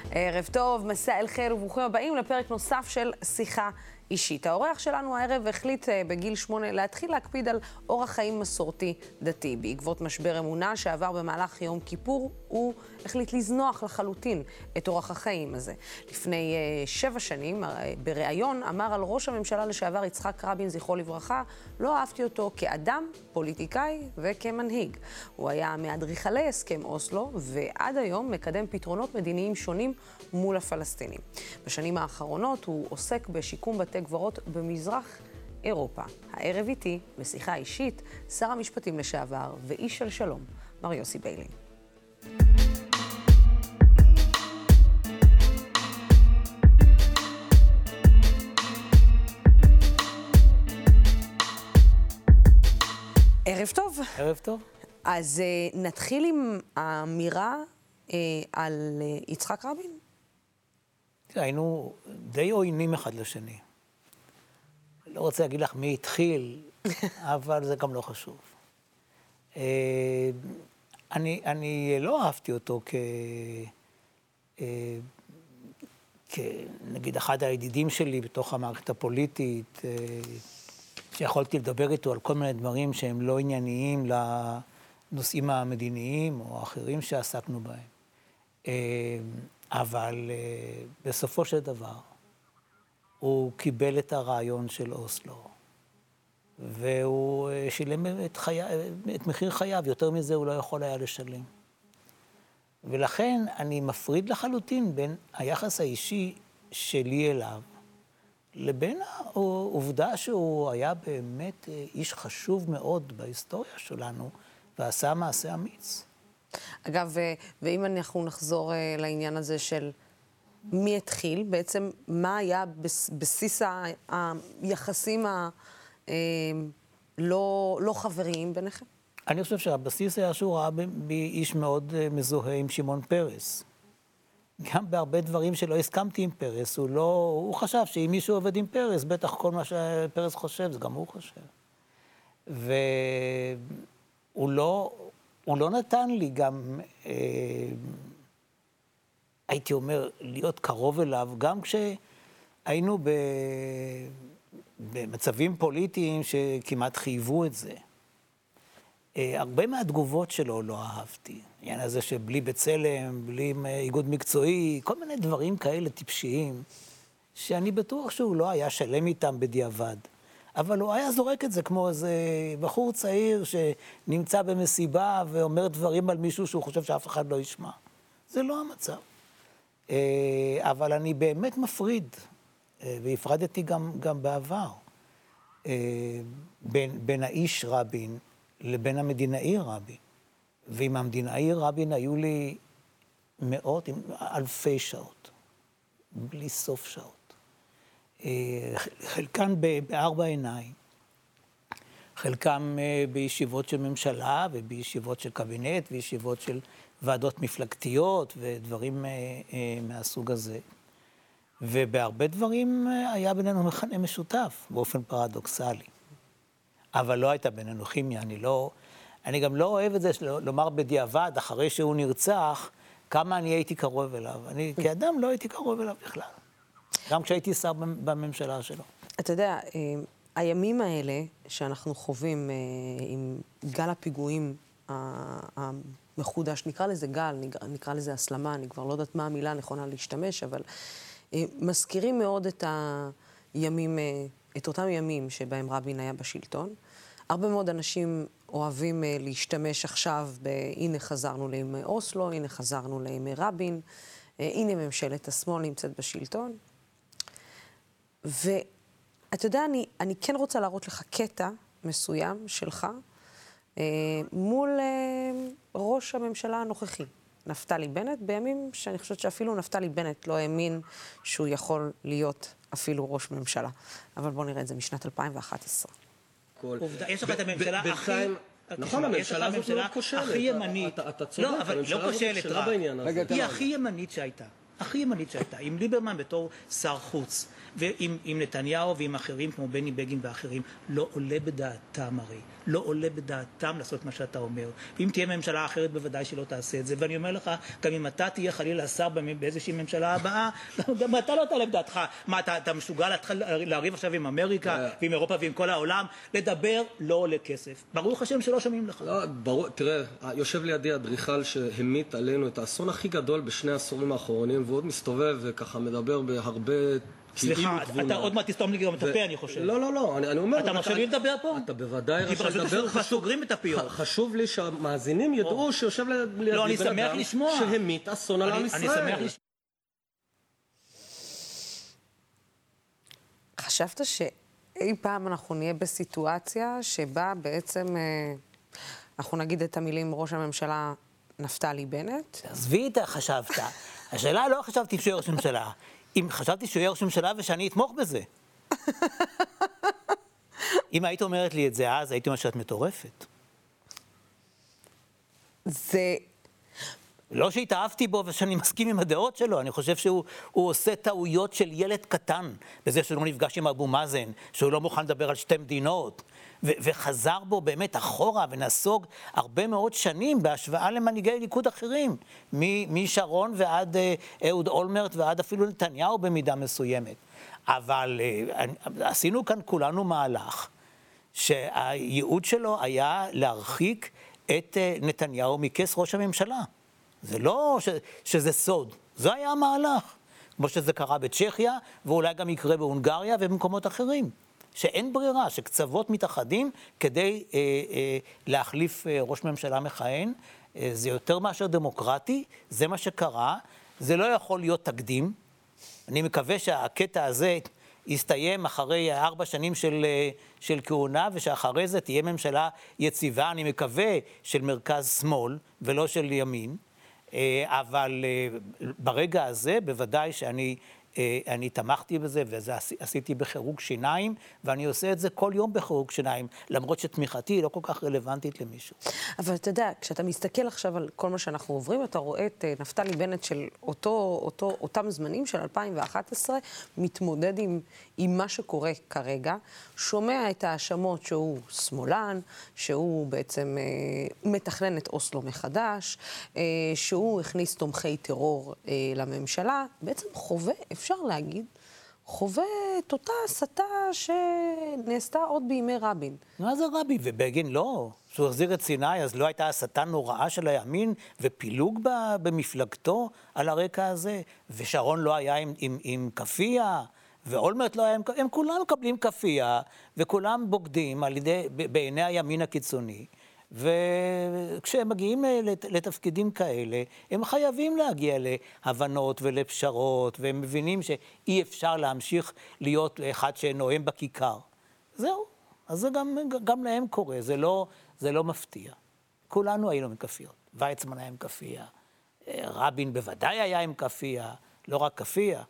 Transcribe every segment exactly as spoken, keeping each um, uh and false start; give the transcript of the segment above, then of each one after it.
ערב טוב, מסע אל חיר וברוכים הבאים לפרק נוסף של שיחה אישית. האורח שלנו הערב החליט בגיל שמונה להתחיל להקפיד על אורח חיים מסורתי דתי. בעקבות משבר אמונה שעבר במהלך יום כיפור, הוא החליט לזנוח לחלוטין את אורח החיים הזה. לפני uh, שבע שנים, בריאיון, אמר על ראש הממשלה לשעבר יצחק רבין, זכרו לברכה, לא אהבתי אותו כאדם, פוליטיקאי וכמנהיג. הוא היה מאדריכלי הסכם אוסלו, ועד היום מקדם פתרונות מדיניים שונים מול הפלסטינים. בשנים האחרונות הוא עוסק בשיקום בתי גברות במזרח אירופה. הערב איתי, בשיחה אישית, שר המשפטים לשעבר ואיש של שלום, מר יוסי ביילין. ערב טוב. ערב טוב. אז uh, נתחיל עם האמירה uh, על uh, יצחק רבין. היינו די עוינים אחד לשני. לא רוצה להגיד לך מי התחיל, אבל זה גם לא חשוב. Uh, אני, אני לא אהבתי אותו כ... Uh, כנגיד אחד הידידים שלי בתוך המערכת הפוליטית, uh, שיכולתי לדבר איתו על כל מיני דברים שהם לא ענייניים לנושאים המדיניים או האחרים שעסקנו בהם. אבל בסופו של דבר, הוא קיבל את הרעיון של אוסלו, והוא שילם את, חי... את מחיר חייו, יותר מזה הוא לא יכול היה לשלם. ולכן אני מפריד לחלוטין בין היחס האישי שלי אליו, לבין העובדה שהוא היה באמת איש חשוב מאוד בהיסטוריה שלנו, ועשה מעשה אמיץ. אגב, ואם אנחנו נחזור לעניין הזה של מי התחיל, בעצם מה היה בסיס היחסים הלא לא חבריים ביניכם? אני חושב שהבסיס היה שהוא ראה בי איש מאוד מזוהה עם שמעון פרס. גם בהרבה דברים שלא הסכמתי עם פרס, הוא לא, הוא חשב שאם מישהו עובד עם פרס, בטח כל מה שפרס חושב, זה גם הוא חושב. והוא לא, הוא לא נתן לי גם, אה, הייתי אומר, להיות קרוב אליו, גם כשהיינו ב, במצבים פוליטיים שכמעט חייבו את זה. אה, הרבה מהתגובות שלו לא אהבתי. העניין הזה שבלי בצלם, בלי איגוד מקצועי, כל מיני דברים כאלה טיפשיים, שאני בטוח שהוא לא היה שלם איתם בדיעבד. אבל הוא היה זורק את זה כמו איזה בחור צעיר שנמצא במסיבה ואומר דברים על מישהו שהוא חושב שאף אחד לא ישמע. זה לא המצב. אבל אני באמת מפריד, והפרדתי גם, גם בעבר, בין, בין האיש רבין לבין המדינאי רבין. ועם המדינאי רבין היו לי מאות, אלפי שעות, בלי סוף שעות. חלקן בארבע עיניים, חלקם בישיבות של ממשלה ובישיבות של קבינט, וישיבות של ועדות מפלגתיות ודברים מהסוג הזה. ובהרבה דברים היה בינינו מכנה משותף, באופן פרדוקסלי. אבל לא הייתה בינינו כימיה, אני לא... אני גם לא אוהב את זה לומר בדיעבד, אחרי שהוא נרצח, כמה אני הייתי קרוב אליו. אני כאדם לא הייתי קרוב אליו בכלל. גם כשהייתי שר בממשלה שלו. אתה יודע, הימים האלה שאנחנו חווים עם גל הפיגועים המחודש, נקרא לזה גל, נקרא לזה הסלמה, אני כבר לא יודעת מה המילה הנכונה להשתמש, אבל מזכירים מאוד את הימים, את אותם ימים שבהם רבין היה בשלטון. הרבה מאוד אנשים אוהבים uh, להשתמש עכשיו ב... הנה חזרנו לימי אוסלו, הנה חזרנו לימי רבין, uh, הנה ממשלת השמאל נמצאת בשלטון. ואתה יודע, אני, אני כן רוצה להראות לך קטע מסוים שלך uh, מול uh, ראש הממשלה הנוכחי, נפתלי בנט, בימים שאני חושבת שאפילו נפתלי בנט לא האמין שהוא יכול להיות אפילו ראש ממשלה. אבל בואו נראה את זה משנת אלפיים ואחת עשרה. יש לך את הממשלה הכי... נכון, הממשלה הזאת לא כושלת. הכי ימנית. אתה צודק, לא, אבל לא כושלת רע. בעניין הזה. היא הכי ימנית שהייתה. הכי ימנית שהייתה, עם ליברמן בתור שר חוץ, ועם עם נתניהו ועם אחרים כמו בני בגין ואחרים, לא עולה בדעתם הרי, לא עולה בדעתם לעשות מה שאתה אומר. ואם תהיה ממשלה אחרת בוודאי שלא תעשה את זה, ואני אומר לך, גם אם אתה תהיה חלילה שר באיזושהי ממשלה הבאה, גם אתה לא תעלה בדעתך. מה, אתה, אתה מסוגל להריב עכשיו עם אמריקה ועם אירופה ועם כל העולם? לדבר לא עולה כסף. ברוך השם שלא שומעים לך. לא, ברור, תראה, יושב לידי אדריכל שהמיט עלינו את האסון הכי גדול בשני העשורים האחרונים, והוא עוד מסתובב וככה מדבר בהרבה... סליחה, אתה עוד מעט תסתום לי גם את הפה, אני חושב. לא, לא, לא, אני אומר... אתה מרשה לי לדבר פה? אתה בוודאי רשאי לדבר. סוגרים את הפיות. חשוב לי שהמאזינים ידעו שיושב לידי בן אדם שהמיט אסון על עם ישראל. אני שמח לשמוע. חשבת שאי פעם אנחנו נהיה בסיטואציה שבה בעצם, אנחנו נגיד את המילים ראש הממשלה נפתלי בנט? עזבי את חשבת. השאלה לא חשבתי שהוא ראש ממשלה. אם חשבתי שהוא יהיה ראש ממשלה ושאני אתמוך בזה. אם היית אומרת לי את זה אז, הייתי אומר שאת מטורפת. זה... לא שהתאהבתי בו ושאני מסכים עם הדעות שלו, אני חושב שהוא עושה טעויות של ילד קטן, בזה שהוא לא נפגש עם אבו מאזן, שהוא לא מוכן לדבר על שתי מדינות, ו- וחזר בו באמת אחורה ונסוג הרבה מאוד שנים בהשוואה למנהיגי ליכוד אחרים, משרון ועד אהוד אולמרט ועד אפילו נתניהו במידה מסוימת. אבל עשינו כאן כולנו מהלך שהייעוד שלו היה להרחיק את נתניהו מכס ראש הממשלה. זה לא ש, שזה סוד, זה היה המהלך, כמו שזה קרה בצ'כיה, ואולי גם יקרה בהונגריה ובמקומות אחרים, שאין ברירה, שקצוות מתאחדים כדי אה, אה, להחליף אה, ראש ממשלה מכהן, אה, זה יותר מאשר דמוקרטי, זה מה שקרה, זה לא יכול להיות תקדים, אני מקווה שהקטע הזה יסתיים אחרי ארבע שנים של, של כהונה, ושאחרי זה תהיה ממשלה יציבה, אני מקווה של מרכז שמאל ולא של ימין, אבל ברגע הזה בוודאי שאני אני תמכתי בזה, וזה עשיתי בחירוק שיניים, ואני עושה את זה כל יום בחירוק שיניים, למרות שתמיכתי היא לא כל כך רלוונטית למישהו. אבל אתה יודע, כשאתה מסתכל עכשיו על כל מה שאנחנו עוברים, אתה רואה את נפתלי בנט של אותו, אותו, אותם זמנים של אלפיים ואחת עשרה, מתמודד עם, עם מה שקורה כרגע, שומע את האשמות שהוא שמאלן, שהוא בעצם אה, מתכנן את אוסלו מחדש, אה, שהוא הכניס תומכי טרור אה, לממשלה, בעצם חווה, אפשר להגיד, חווה את אותה הסתה שנעשתה עוד בימי רבין. מה זה רבין? ובגין לא. כשהוא החזיר את סיני, אז לא הייתה הסתה נוראה של הימין ופילוג במפלגתו על הרקע הזה, ושרון לא היה עם, עם, עם כפייה, ואולמרט לא היה עם כפייה, הם כולם מקבלים כפייה, וכולם בוגדים על ידי, בעיני הימין הקיצוני, וכשהם מגיעים לתפקידים כאלה, הם חייבים להגיע להבנות ולפשרות, והם מבינים שאי אפשר להמשיך להיות אחד שנואם בכיכר. זהו, אז זה גם, גם להם קורה, זה לא, זה לא מפתיע. כולנו היינו עם כפיות, ויצמן היה עם כפייה, רבין בוודאי היה עם כפייה, לא רק כפייה,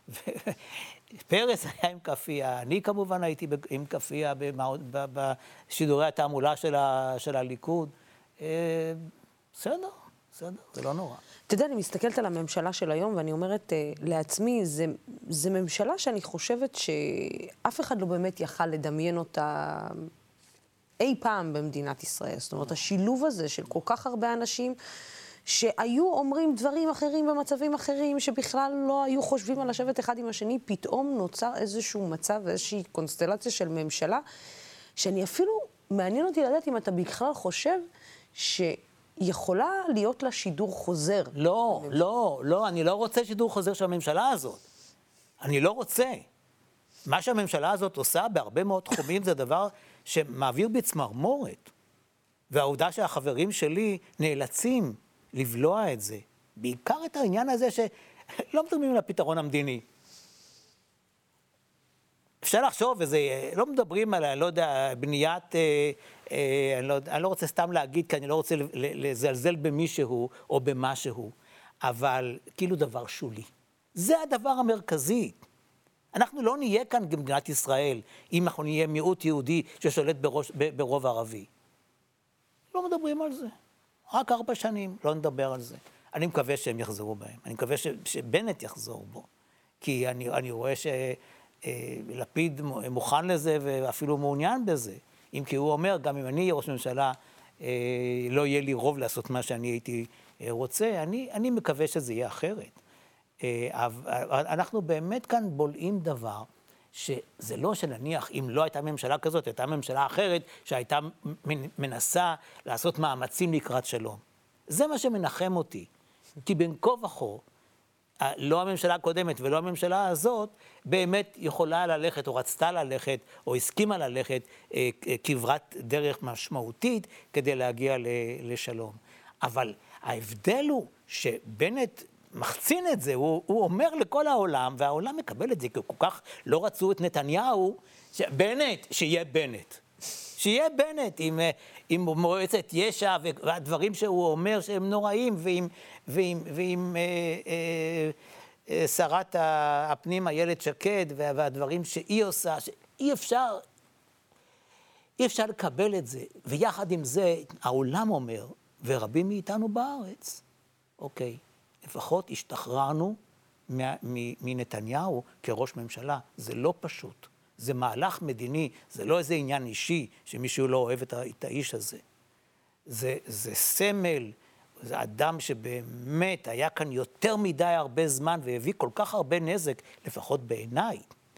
פרס היה עם כפייה, אני כמובן הייתי עם כפייה בשידורי התעמולה של, ה, של הליכוד. בסדר, בסדר, זה לא נורא. אתה יודע, אני מסתכלת על הממשלה של היום, ואני אומרת לעצמי, זה, זה ממשלה שאני חושבת שאף אחד לא באמת יכל לדמיין אותה אי פעם במדינת ישראל. זאת אומרת, השילוב הזה של כל כך הרבה אנשים, שהיו אומרים דברים אחרים במצבים אחרים, שבכלל לא היו חושבים על לשבת אחד עם השני, פתאום נוצר איזשהו מצב, איזושהי קונסטלציה של ממשלה, שאני אפילו, מעניין אותי לדעת אם אתה בכלל חושב שיכולה להיות לה שידור חוזר. לא, לא, לא, אני לא רוצה שידור חוזר של הממשלה הזאת. אני לא רוצה. מה שהממשלה הזאת עושה בהרבה מאוד תחומים זה דבר שמעביר בצמרמורת. והעובדה שהחברים שלי נאלצים לבלוע את זה, בעיקר את העניין הזה שלא מדברים על הפתרון המדיני. אפשר לחשוב, וזה, לא מדברים על, אני לא יודע, בניית, אה, אה, אני, לא, אני לא רוצה סתם להגיד, כי אני לא רוצה לזלזל במישהו או במשהו, אבל כאילו דבר שולי. זה הדבר המרכזי. אנחנו לא נהיה כאן במדינת ישראל, אם אנחנו נהיה מיעוט יהודי ששולט בראש, ברוב ערבי. לא מדברים על זה. רק ארבע שנים, לא נדבר על זה. אני מקווה שהם יחזרו בהם. אני מקווה ש, שבנט יחזור בו. כי אני, אני רואה שלפיד מוכן לזה ואפילו מעוניין בזה. אם כי הוא אומר, גם אם אני אהיה ראש ממשלה, לא יהיה לי רוב לעשות מה שאני הייתי רוצה, אני, אני מקווה שזה יהיה אחרת. אנחנו באמת כאן בולעים דבר, שזה לא שנניח, אם לא הייתה ממשלה כזאת, הייתה ממשלה אחרת, שהייתה מנסה לעשות מאמצים לקראת שלום. זה מה שמנחם אותי. כי בין כה וכה, לא הממשלה הקודמת ולא הממשלה הזאת, באמת יכולה ללכת, או רצתה ללכת, או הסכימה ללכת, כברת דרך משמעותית, כדי להגיע לשלום. אבל ההבדל הוא שבנט מחצין את זה, הוא, הוא אומר לכל העולם, והעולם מקבל את זה, כי כל כך לא רצו את נתניהו, בנט, שיהיה בנט. שיהיה בנט עם, עם מועצת יש"ע והדברים שהוא אומר שהם נוראים, ועם, ועם, ועם אה, אה, אה, שרת הפנים איילת שקד והדברים שהיא עושה, שאי אפשר, אי אפשר לקבל את זה. ויחד עם זה, העולם אומר, ורבים מאיתנו בארץ, אוקיי, לפחות השתחררנו מנתניהו כראש ממשלה. זה לא פשוט. זה מהלך מדיני, זה לא איזה עניין אישי שמישהו לא אוהב את, את האיש הזה. זה, זה סמל, זה אדם שבאמת היה כאן יותר מדי הרבה זמן והביא כל כך הרבה נזק, לפחות בעיניי,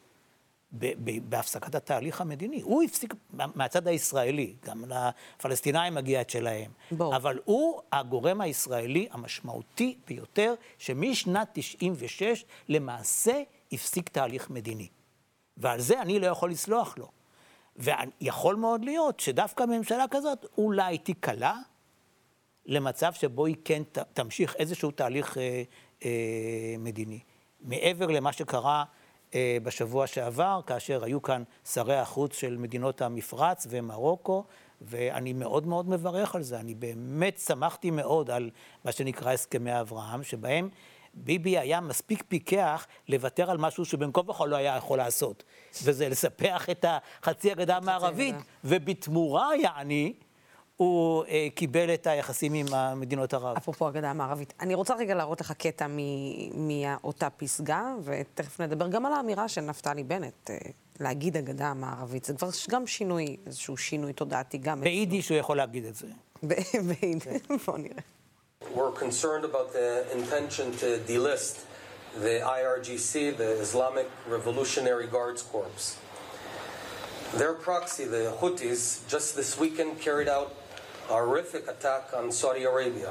בהפסקת התהליך המדיני. הוא הפסיק מהצד הישראלי, גם לפלסטינאים מגיע את שלהם. בוא. אבל הוא הגורם הישראלי המשמעותי ביותר, שמשנת תשעים ושש למעשה הפסיק תהליך מדיני. ועל זה אני לא יכול לסלוח לו. ויכול מאוד להיות שדווקא ממשלה כזאת אולי תיקלה למצב שבו היא כן תמשיך איזשהו תהליך אה, אה, מדיני. מעבר למה שקרה אה, בשבוע שעבר, כאשר היו כאן שרי החוץ של מדינות המפרץ ומרוקו, ואני מאוד מאוד מברך על זה. אני באמת שמחתי מאוד על מה שנקרא הסכמי אברהם, שבהם ביבי היה מספיק פיקח לוותר על משהו שבין כה וכה לא היה יכול לעשות, וזה לספח את החצי הגדה המערבית, ובתמורה יעני, הוא אה, קיבל את היחסים עם המדינות ערב. אפרופו הגדה המערבית, אני רוצה רגע להראות לך קטע מאותה פסגה, ותכף נדבר גם על האמירה של נפתלי בנט, אה, להגיד הגדה המערבית. זה כבר גם שינוי, איזשהו שינוי תודעתי גם. ביידיש הוא יכול להגיד את זה. ביידיש, בוא נראה. We're concerned about the intention to delist the I R G C, the Islamic Revolutionary Guards Corps. Their proxy, the Houthis, just this weekend carried out a horrific attack on Saudi Arabia.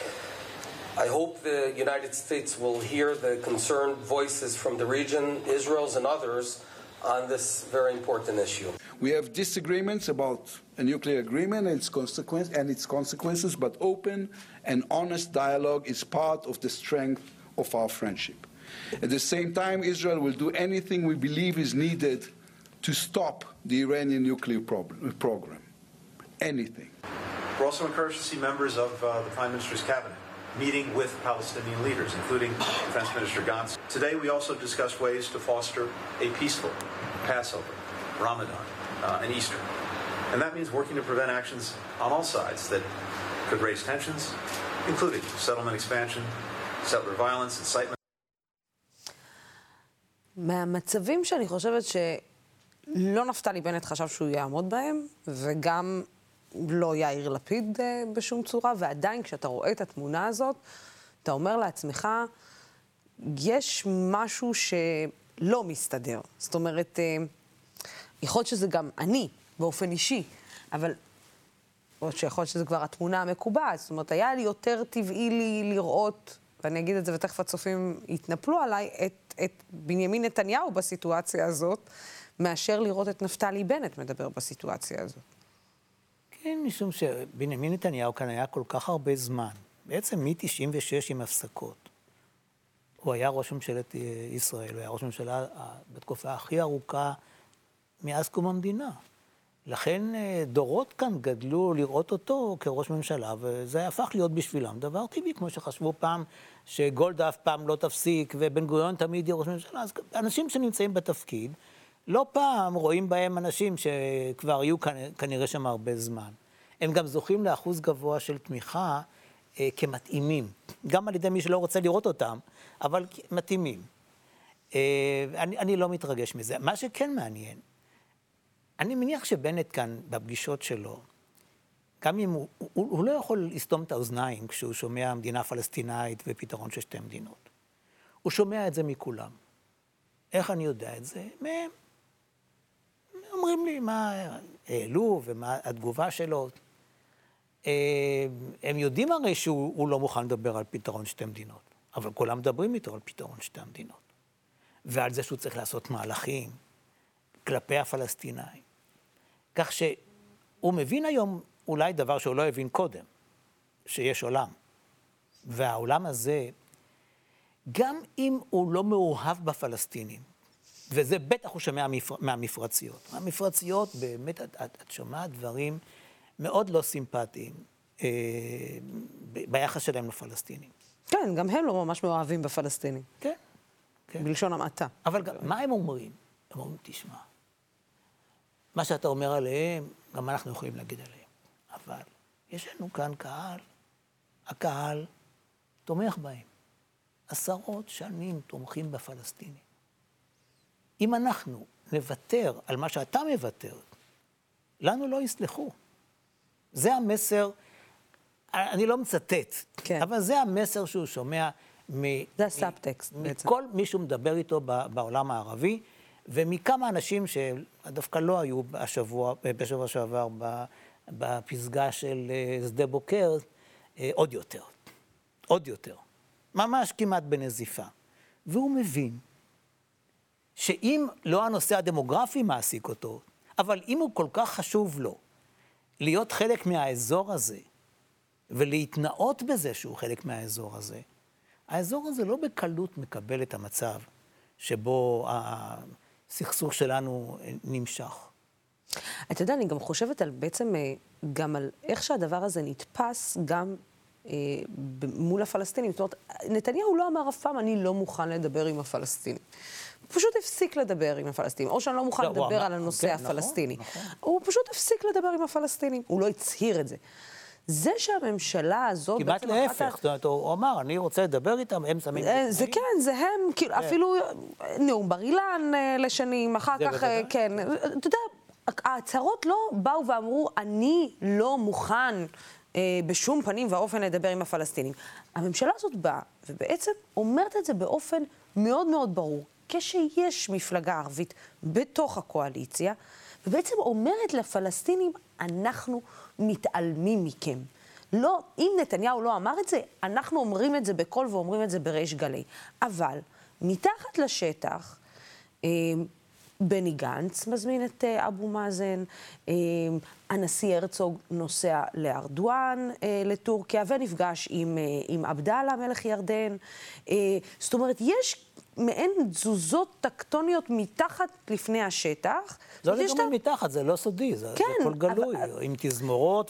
I hope the United States will hear the concerned voices from the region, Israel's and others, on this very important issue. We have disagreements about a nuclear agreement and its, consequence, and its consequences, but open and honest dialogue is part of the strength of our friendship. At the same time, Israel will do anything we believe is needed to stop the Iranian nuclear problem, program. Anything. We're also encouraged to see members of uh, the Prime Minister's cabinet meeting with Palestinian leaders, including Defense Minister Gantz. Today, we also discussed ways to foster a peaceful Passover, Ramadan, uh, and Easter. And that means working to prevent actions on all sides that could raise tensions, including settlement expansion, settler violence, incitement. מהמצבים שאני חושבת שלא נפתלי בנט חשב שהוא יעמוד בהם, וגם לא יאיר לפיד בשום צורה, ועדיין כשאתה רואה את התמונה הזאת, אתה אומר לעצמך, יש משהו שלא מסתדר. זאת אומרת, יכול להיות שזה גם אני, באופן אישי, אבל או שיכול להיות שזה כבר התמונה המקובעת. זאת אומרת, היה לי יותר טבעי לי לראות, ואני אגיד את זה ותכף הצופים יתנפלו עליי, את, את בנימין נתניהו בסיטואציה הזאת, מאשר לראות את נפתלי בנט מדבר בסיטואציה הזאת. כן, משום שבנימין נתניהו כאן היה כל כך הרבה זמן, בעצם מ-תשעים ושש עם הפסקות. הוא היה ראש ממשלת ישראל, הוא היה ראש ממשלה בתקופה הכי ארוכה מאז קום המדינה. לכן דורות כאן גדלו לראות אותו כראש ממשלה, וזה הפך להיות בשבילם דבר טבעי, כמו שחשבו פעם שגולדה אף פעם לא תפסיק, ובן גוריון תמיד יהיה ראש ממשלה. אז אנשים שנמצאים בתפקיד, לא פעם רואים בהם אנשים שכבר יהיו כנראה שם הרבה זמן. הם גם זוכים לאחוז גבוה של תמיכה אה, כמתאימים, גם על ידי מי שלא רוצה לראות אותם, אבל מתאימים. אה, אני, אני לא מתרגש מזה. מה שכן מעניין, אני מניח שבנט כאן, בפגישות שלו, גם אם הוא, הוא, הוא לא יכול לסתום את האוזניים כשהוא שומע מדינה פלסטינאית ופתרון של שתי מדינות. הוא שומע את זה מכולם. איך אני יודע את זה? מהם. אומרים לי מה העלו ומה התגובה שלו. הם יודעים הרי שהוא לא מוכן לדבר על פתרון שתי מדינות, אבל כולם מדברים איתו על פתרון שתי המדינות. ועל זה שהוא צריך לעשות מהלכים כלפי הפלסטינאים. כך שהוא מבין היום אולי דבר שהוא לא הבין קודם, שיש עולם. והעולם הזה, גם אם הוא לא מאוהב בפלסטינים, וזה בטח הוא שומע מהמפר... מהמפרציות. המפרציות, באמת, את, את, את שומעת דברים מאוד לא סימפטיים אה, ב- ביחס שלהם לפלסטינים. כן, גם הם לא ממש מאוהבים בפלסטינים. כן, כן. בלשון המעטה. אבל גם, מה הם אומרים? הם אומרים, תשמע, מה שאתה אומר עליהם, גם אנחנו יכולים להגיד עליהם. אבל יש לנו כאן קהל, הקהל תומך בהם. עשרות שנים תומכים בפלסטינים. אם אנחנו נוותר על מה שאתה מוותר, לנו לא יסלחו. זה המסר, אני לא מצטט, כן. אבל זה המסר שהוא שומע מ... זה הסאבטקסט בעצם. מכל מי שהוא מדבר איתו בעולם הערבי, ומכמה אנשים שדווקא לא היו השבוע, בשבוע שעבר בפסגה של שדה בוקר, עוד יותר. עוד יותר. ממש כמעט בנזיפה. והוא מבין שאם לא הנושא הדמוגרפי מעסיק אותו, אבל אם הוא כל כך חשוב לו להיות חלק מהאזור הזה, ולהתנאות בזה שהוא חלק מהאזור הזה, האזור הזה לא בקלות מקבל את המצב שבו הסכסוך שלנו נמשך. אתה יודע, אני גם חושבת על בעצם, גם על איך שהדבר הזה נתפס גם מול הפלסטינים. זאת אומרת, נתניהו לא אמר אף פעם, אני לא מוכן לדבר עם הפלסטינים. הוא פשוט הפסיק לדבר עם הפלסטינים, או שאני לא מוכן לא, לדבר אמר, על הנושא כן, הפלסטיני. נכון, נכון. הוא פשוט הפסיק לדבר עם הפלסטינים, הוא לא הצהיר את זה. זה שהממשלה הזאת... כמעט להפך, זאת אומרת, הוא אמר, אני רוצה לדבר איתם, הם שמים... זה כן, זה הם, כאילו, אפילו נאום בר אילן לשנים, אחר כך, כן. אתה יודע, ההצהרות לא באו ואמרו, אני לא מוכן בשום פנים ואופן לדבר עם הפלסטינים. הממשלה הזאת באה, ובעצם אומרת את זה באופן מאוד מאוד ברור, כשיש מפלגה ערבית בתוך הקואליציה, ובעצם אומרת לפלסטינים, אנחנו מתעלמים מכם. לא, אם נתניהו לא אמר את זה, אנחנו אומרים את זה בקול ואומרים את זה בריש גלי. אבל מתחת לשטח, אה, בני גנץ מזמין את אה, אבו מאזן, אה, הנשיא הרצוג נוסע לארדואן, אה, לטורקיה, ונפגש עם, אה, עם עבדאללה, מלך ירדן. אה, זאת אומרת, יש מעין תזוזות טקטוניות מתחת לפני השטח. לא לגמרי מתחת, זה לא סודי, זה הכל גלוי, עם תזמורות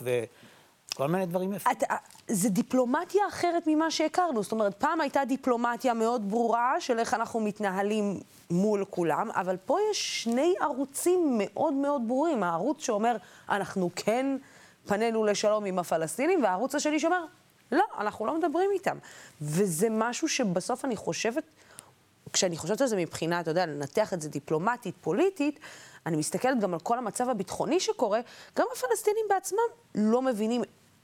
וכל מיני דברים יפים. זה דיפלומטיה אחרת ממה שהכרנו, זאת אומרת, פעם הייתה דיפלומטיה מאוד ברורה של איך אנחנו מתנהלים מול כולם, אבל פה יש שני ערוצים מאוד מאוד ברורים, הערוץ שאומר, אנחנו כן פנינו לשלום עם הפלסטינים, והערוץ השני שאומר, לא, אנחנו לא מדברים איתם. וזה משהו שבסוף אני חושבת, כשאני חושבת על זה מבחינה, אתה יודע, לנתח את זה דיפלומטית, פוליטית, אני מסתכלת גם על כל המצב הביטחוני שקורה, גם הפלסטינים בעצמם לא מבינים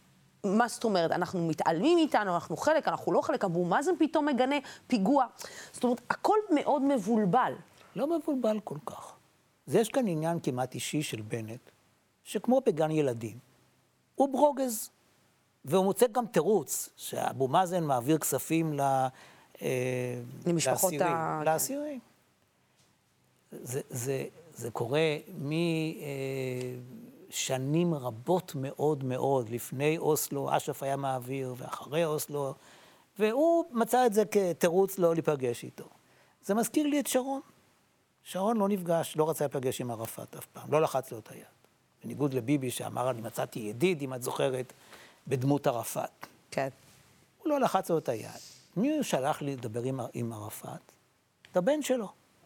מה זאת אומרת, אנחנו מתעלמים איתנו, אנחנו חלק, אנחנו לא חלק, אבו מאזן פתאום מגנה פיגוע. זאת אומרת, הכל מאוד מבולבל. לא מבולבל כל כך. אז יש כאן עניין כמעט אישי של בנט, שכמו בגן ילדים, הוא ברוגז, והוא מוצא גם תירוץ, שאבו מאזן מעביר כספים ל... למשפחות ה... לאסירים. זה, זה, זה קורה משנים רבות מאוד מאוד, לפני אוסלו, אש"ף היה מעביר, ואחרי אוסלו, והוא מצא את זה כתירוץ לא להיפגש איתו. זה מזכיר לי את שרון. שרון לא נפגש, לא רצה להיפגש עם ערפאת אף פעם, לא לחץ לו את היד. בניגוד לביבי שאמר, אני מצאתי ידיד, אם את זוכרת, בדמות ערפאת. כן. הוא לא לחץ לו את היד. מי הוא שלח לי לדבר עם, עם ערפאת? את הבן שלו. הוא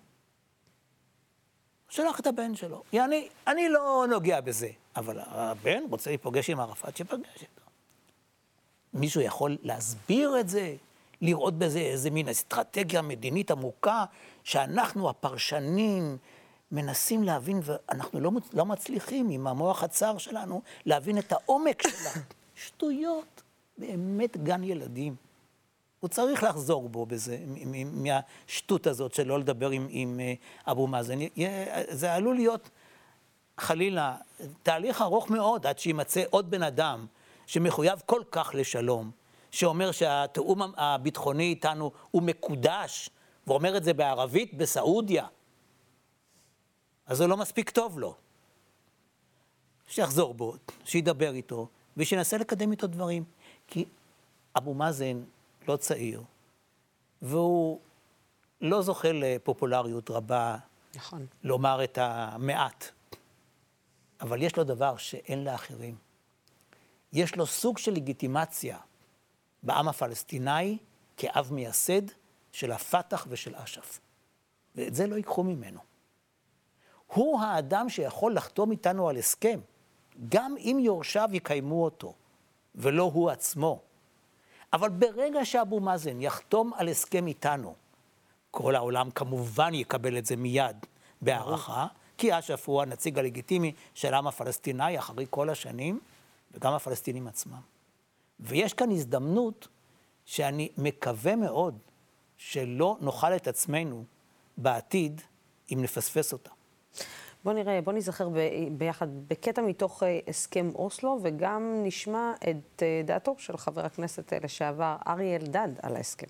שלח את הבן שלו. אני, אני לא נוגע בזה, אבל הבן רוצה להיפגש עם ערפאת, שיפגש איתו. מישהו יכול להסביר את זה, לראות בזה איזה מין אסטרטגיה מדינית עמוקה, שאנחנו הפרשנים מנסים להבין, ואנחנו לא, לא מצליחים עם המוח הצר שלנו להבין את העומק שלה. שטויות, באמת גן ילדים. הוא צריך לחזור בו בזה, מהשטות הזאת שלא לדבר עם, עם אבו מאזן. זה עלול להיות חלילה תהליך ארוך מאוד עד שימצא עוד בן אדם שמחויב כל כך לשלום, שאומר שהתאום הביטחוני איתנו הוא מקודש, ואומר את זה בערבית בסעודיה. אז זה לא מספיק טוב לו. שיחזור בו, שידבר איתו, ושינסה לקדם איתו דברים. כי אבו מאזן לא צעיר, והוא לא זוכה לפופולריות רבה, נכון. לומר את המעט. אבל יש לו דבר שאין לאחרים. יש לו סוג של לגיטימציה בעם הפלסטיני כאב מייסד של הפתח ושל אש"ף. ואת זה לא ייקחו ממנו. הוא האדם שיכול לחתום איתנו על הסכם, גם אם יורשיו יקיימו אותו, ולא הוא עצמו. אבל ברגע שאבו מאזן יחתום על הסכם איתנו, כל העולם כמובן יקבל את זה מיד בהערכה, כי אש"ף הוא הנציג הלגיטימי של העם הפלסטיני אחרי כל השנים, וגם הפלסטינים עצמם. ויש כאן הזדמנות שאני מקווה מאוד שלא נאכל את עצמנו בעתיד אם נפספס אותה. בוא נראה, בוא נזכר ב, ביחד בקטע מתוך הסכם אוסלו, וגם נשמע את דעתו של חבר הכנסת לשעבר אריה אלדד על ההסכם.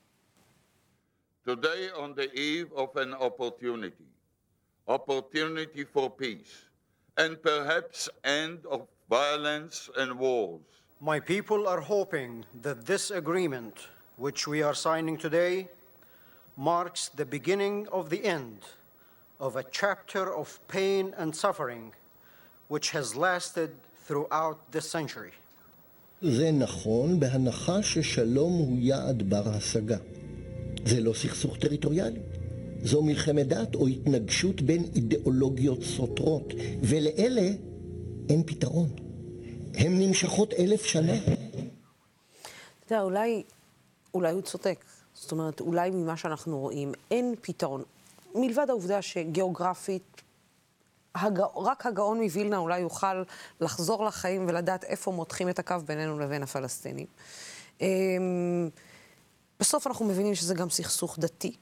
Today on the eve of an opportunity, opportunity for peace, and perhaps end of violence and wars. My people are hoping that this agreement, which we are signing today, marks the beginning of the end of a chapter of pain and suffering which has lasted throughout this century. זה נכון בהנחה ששלום הוא יעד בר השגה. זה לא סכסוך טריטוריאלי. זו מלחמת דת או התנגשות בין אידיאולוגיות סותרות, ולאלה אין פתרון. הם נמשכות אלף שנה. אתה יודע, אולי, אולי הוא צודק. זאת אומרת, אולי ממה שאנחנו רואים אין פתרון. מלבד העובדה שגיאוגרפית, הגא... רק הגאון מווילנה אולי יוכל לחזור לחיים ולדעת איפה מותחים את הקו בינינו לבין הפלסטינים. בסוף אנחנו מבינים שזה גם סכסוך דתי.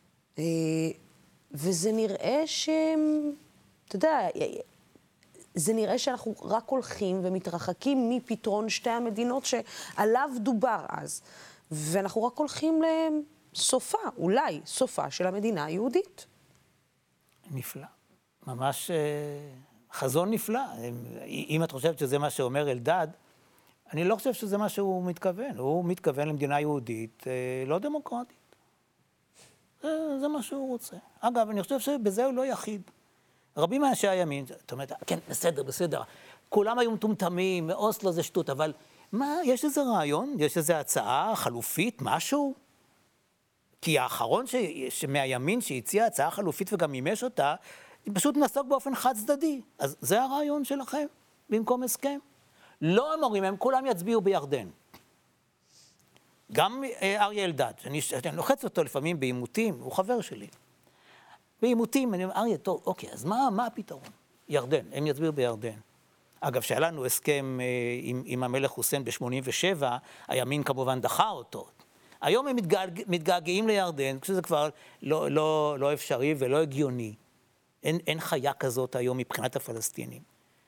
וזה נראה ש... אתה יודע, זה נראה שאנחנו רק הולכים ומתרחקים מפתרון שתי המדינות שעליו דובר אז. ואנחנו רק הולכים לסופה, אולי סופה של המדינה היהודית. נפלא. ממש חזון נפלא. אם את חושבת שזה מה שאומר אלדד, אני לא חושב שזה מה שהוא מתכוון. הוא מתכוון למדינה יהודית, לא דמוקרטית. זה, זה מה שהוא רוצה. אגב, אני חושב שבזה הוא לא יחיד. רבים מאנשי הימין, זאת אומרת, כן, בסדר, בסדר. כולם היו מטומטמים, מאוסלו זה שטות, אבל מה, יש איזה רעיון? יש איזו הצעה חלופית, משהו? כי האחרון ש... שמהימין שהציע הצעה חלופית וגם מימש אותה, פשוט נסוג באופן חד צדדי. אז זה הרעיון שלכם, במקום הסכם. לא הם אומרים, הם כולם יצביעו בירדן. גם אריה אלדד, שאני, שאני לוחץ אותו לפעמים בעימותים, הוא חבר שלי. בעימותים, אני אומר, אריה, טוב, אוקיי, אז מה, מה הפתרון? ירדן, הם יצביעו בירדן. אגב, שהיה לנו הסכם אה, עם, עם המלך חוסיין ב-שמונים ושבע, הימין כמובן דחה אותו. היום הם מתגעג, מתגעגעים לירדן, כשזה כבר לא, לא, לא אפשרי ולא הגיוני. אין, אין חיה כזאת היום מבחינת הפלסטינים.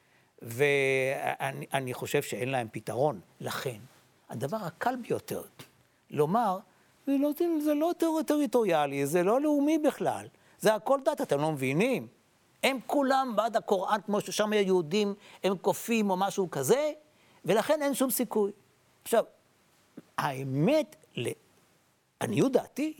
ואני אני חושב שאין להם פתרון. לכן, הדבר הקל ביותר, לומר, זה לא, זה לא טריטוריאלי, זה לא לאומי בכלל. זה הכל דת, אתם לא מבינים. הם כולם בעד הקוראן, כמו ששם היהודים, הם קופים או משהו כזה, ולכן אין שום סיכוי. עכשיו, האמת, לעניות דעתי,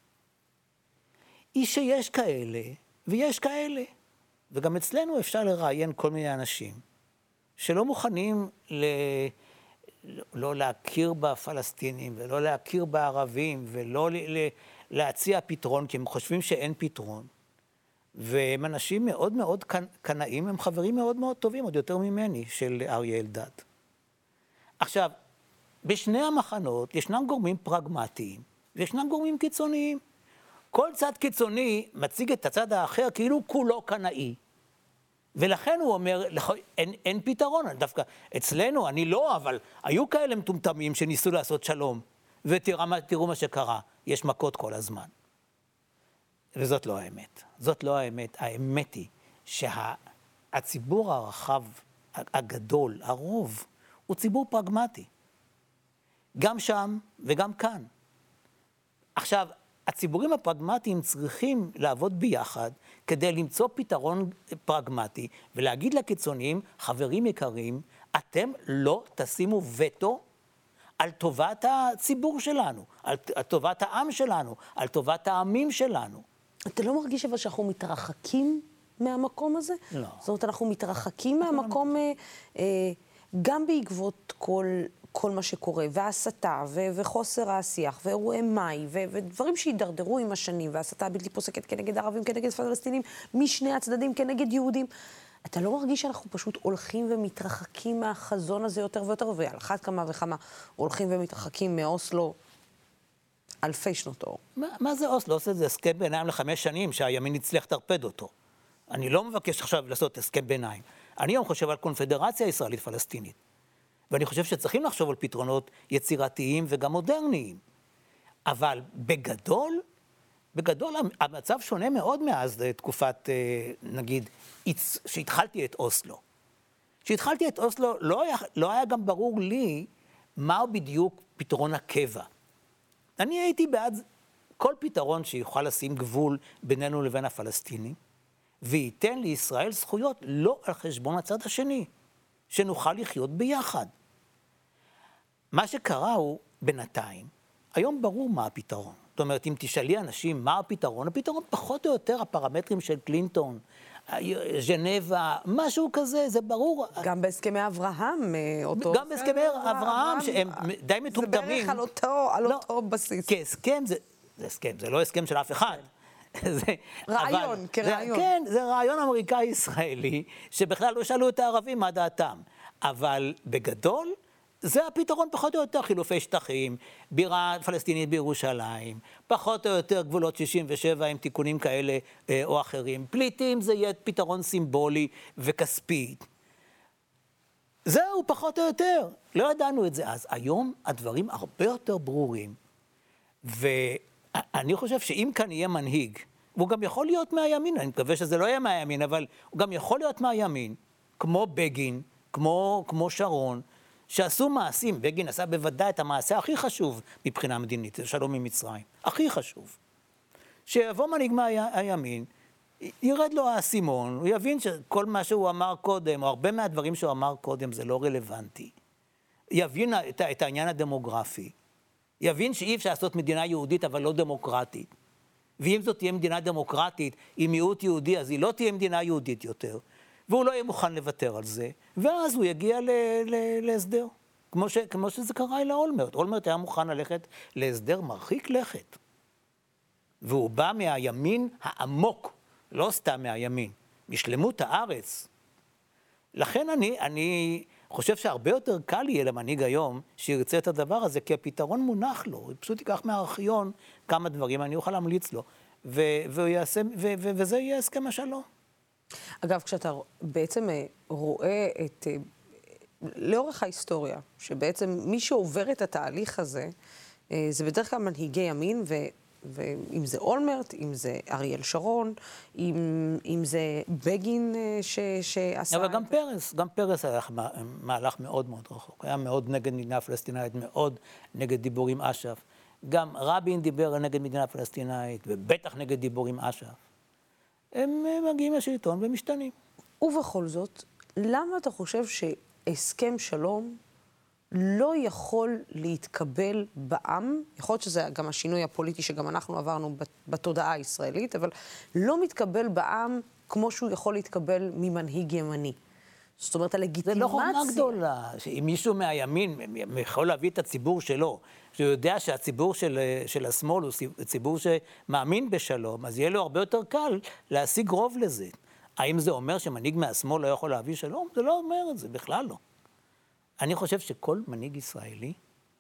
היא שיש כאלה ויש כאלה. וגם אצלנו אפשר לראיין כל מיני אנשים שלא מוכנים ל... לא להכיר בפלסטינים ולא להכיר בערבים ולא ל... להציע פתרון, כי הם חושבים שאין פתרון. והם אנשים מאוד מאוד קנאים, הם חברים מאוד מאוד טובים, עוד יותר ממני, של אריה אלדד. עכשיו, בשני המחנות ישנם גורמים פרגמטיים, וישנם גורמים קיצוניים. כל צד קיצוני מציג את הצד האחר כאילו כולו קנאי. ולכן הוא אומר, אין, אין פתרון, דווקא אצלנו, אני לא, אבל היו כאלה מטומטמים שניסו לעשות שלום, ותראו מה שקרה, יש מכות כל הזמן. וזאת לא האמת. זאת לא האמת. האמת היא שהציבור הרחב, הגדול, הרוב, הוא ציבור פרגמטי. גם שם וגם כאן. עכשיו, הציבורים הפרגמטיים צריכים לעבוד ביחד כדי למצוא פתרון פרגמטי ולהגיד לקיצוניים, חברים יקרים, אתם לא תשימו וטו על טובת הציבור שלנו, על, על טובת העם שלנו, על טובת העמים שלנו. אתה לא מרגיש אבל שאנחנו מתרחקים מהמקום הזה? לא. זאת אומרת, אנחנו מתרחקים מהמקום אה, אה, גם בעקבות כל... כל מה שקורה, וההסתה, ו- וחוסר השיח, ואירועי מאי, ו- ודברים שהידרדרו עם השנים, וההסתה בלתי פוסקת כנגד ערבים, כנגד פלסטינים, משני הצדדים כנגד יהודים. אתה לא מרגיש שאנחנו פשוט הולכים ומתרחקים מהחזון הזה יותר ויותר, ועל אחת כמה וכמה הולכים ומתרחקים מאוסלו אלפי שנות אור. מה, מה זה אוסלו? אוסלו זה הסכם ביניים לחמש שנים, שהימין הצליח לטרפד אותו. אני לא מבקש עכשיו לעשות הסכם ביניים. אני היום חושב על קונפדרציה ישראלית פלסטינית. ואני חושב שצריכים לחשוב על פתרונות יצירתיים וגם מודרניים. אבל בגדול, בגדול המצב שונה מאוד מאז תקופת, נגיד, שהתחלתי את אוסלו. כשהתחלתי את אוסלו, לא היה, לא היה גם ברור לי מהו בדיוק פתרון הקבע. אני הייתי בעד כל פתרון שיוכל לשים גבול בינינו לבין הפלסטינים, וייתן לישראל זכויות לא על חשבון הצד השני. שנוכל לחיות ביחד. מה שקרה הוא בינתיים, היום ברור מה הפתרון. זאת אומרת, אם תשאלי אנשים מה הפתרון, הפתרון פחות או יותר הפרמטרים של קלינטון, ז'נבה, משהו כזה, זה ברור. גם בהסכמי אברהם, אותו... גם בהסכמי אברהם, שהם די מטומטמים. זה בערך על אותו, על אותו בסיס. כהסכם, זה הסכם, זה לא הסכם של אף אחד. רעיון, כרעיון. כן, זה רעיון אמריקאי-ישראלי, שבכלל לא שאלו את הערבים מה דעתם. אבל בגדול, זה הפתרון פחות או יותר חילופי שטחים, בירה פלסטינית בירושלים, פחות או יותר גבולות שישים ושבע עם תיקונים כאלה או אחרים. פליטים זה יהיה פתרון סימבולי וכספי. זהו, פחות או יותר. לא ידענו את זה אז. היום הדברים הרבה יותר ברורים. ו... אני חושב שאם כאן יהיה מנהיג, והוא גם יכול להיות מהימין, אני מקווה שזה לא יהיה מהימין, אבל הוא גם יכול להיות מהימין, כמו בגין, כמו, כמו שרון, שעשו מעשים. בגין עשה בוודאי את המעשה הכי חשוב מבחינה מדינית, זה שלום עם מצרים. הכי חשוב. שיבוא מנהיג מהימין, ירד לו האסימון, הוא יבין שכל מה שהוא אמר קודם, או הרבה מהדברים שהוא אמר קודם, זה לא רלוונטי. יבין את, את העניין הדמוגרפי. יבין שאי אפשר לעשות מדינה יהודית, אבל לא דמוקרטית. ואם זאת תהיה מדינה דמוקרטית, עם מיעוט יהודי, אז היא לא תהיה מדינה יהודית יותר. והוא לא יהיה מוכן לוותר על זה, ואז הוא יגיע ל- ל- להסדר. כמו, ש- כמו שזה קרה אל אולמרט. אולמרט היה מוכן ללכת להסדר מרחיק לכת. והוא בא מהימין העמוק, לא סתם מהימין, משלמות הארץ. לכן אני... אני חושב שהרבה יותר קל יהיה למנהיג היום שירצה את הדבר הזה, כי הפתרון מונח לו. הוא פשוט ייקח מהארכיון כמה דברים, אני אוכל להמליץ לו, ו- ויעשה, ו- ו- וזה יהיה הסכם השלום. אגב, כשאתה בעצם רואה את, לאורך ההיסטוריה, שבעצם מי שעובר את התהליך הזה, זה בדרך כלל מנהיגי ימין, ו... ואם זה אולמרט, אם זה אריאל שרון, אם, אם זה בגין ש, שעשה... אבל גם פרס, גם פרס היה מהלך מאוד מאוד רחוק. היה מאוד נגד מדינה פלסטינאית, מאוד נגד דיבור עם אש"ף. גם רבין דיבר נגד מדינה פלסטינאית, ובטח נגד דיבור עם אש"ף. הם מגיעים לשלטון ומשתנים. ובכל זאת, למה אתה חושב שהסכם שלום לא יכול להתקבל בעם, יכול להיות שזה גם השינוי הפוליטי שגם אנחנו עברנו בתודעה הישראלית, אבל לא מתקבל בעם כמו שהוא יכול להתקבל ממנהיג ימני. זאת אומרת, הלגיטימציה... זה לא חוכמה גדולה, שאם מישהו מהימין יכול להביא את הציבור שלו, שהוא יודע שהציבור של, של השמאל הוא ציבור שמאמין בשלום, אז יהיה לו הרבה יותר קל להשיג רוב לזה. האם זה אומר שמנהיג מהשמאל לא יכול להביא שלום? זה לא אומר את זה, בכלל לא. אני חושב שכל מנהיג ישראלי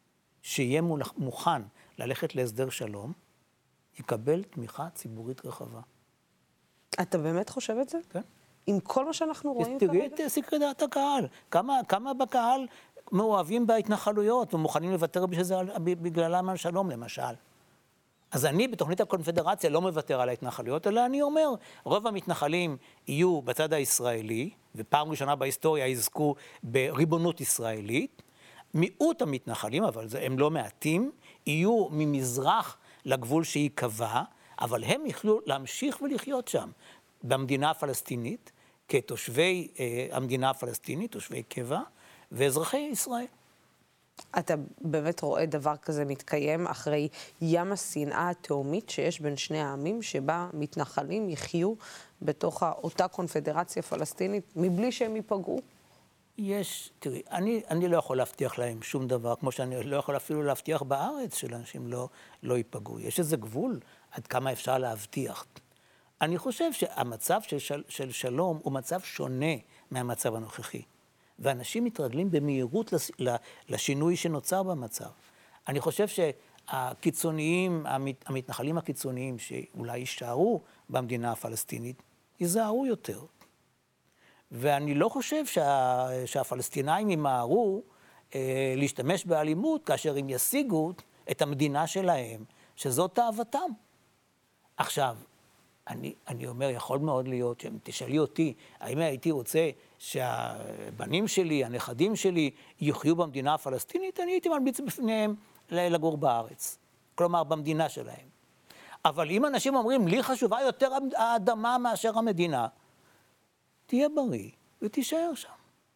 שיהיה מוכן ללכת להסדר שלום, יקבל תמיכה ציבורית רחבה. אתה באמת חושב את זה? כן. עם כל מה שאנחנו רואים תראי כרגע? את סקרי דעת הקהל. כמה, כמה בקהל מאוהבים בהתנחלויות ומוכנים לוותר בשביל זה, בגללם על שלום, למשל. אז אני בתוכנית הקונפדרציה לא מוותר על ההתנחלויות, אלא אני אומר, רוב המתנחלים יהיו בצד הישראלי, ופעם ראשונה בהיסטוריה יזכו בריבונות ישראלית, מיעוט המתנחלים, אבל זה, הם לא מעטים, יהיו ממזרח לגבול שייקבע, אבל הם יוכלו להמשיך ולחיות שם, במדינה הפלסטינית, כתושבי אה, המדינה הפלסטינית, תושבי קבע, ואזרחי ישראל. אתה באמת רואה דבר כזה מתקיים אחרי ים השנאה התאומית שיש בין שני העמים, שבה מתנחלים יחיו בתוך אותה קונפדרציה פלסטינית, מבלי שהם ייפגעו? יש, תראי, אני, אני לא יכול להבטיח להם שום דבר, כמו שאני לא יכול אפילו להבטיח בארץ שלאנשים לא, לא ייפגעו. יש איזה גבול עד כמה אפשר להבטיח. אני חושב שהמצב של, של, של שלום הוא מצב שונה מהמצב הנוכחי. ואנשים מתרגלים במהירות לשינוי שנוצר במצב. אני חושב שהקיצוניים, המתנחלים הקיצוניים, שאולי יישארו במדינה הפלסטינית, ייזהרו יותר. ואני לא חושב שה, שהפלסטינאים ימהרו אה, להשתמש באלימות, כאשר הם ישיגו את המדינה שלהם, שזאת תאוותם. עכשיו, אני, אני אומר, יכול מאוד להיות, שאם תשאלי אותי, האם הייתי רוצה שהבנים שלי, הנכדים שלי, יחיו במדינה הפלסטינית, אני הייתי ממליץ בפניהם לגור בארץ. כלומר, במדינה שלהם. אבל אם אנשים אומרים, לי חשובה יותר האדמה מאשר המדינה, תהיה בריא ותישאר שם.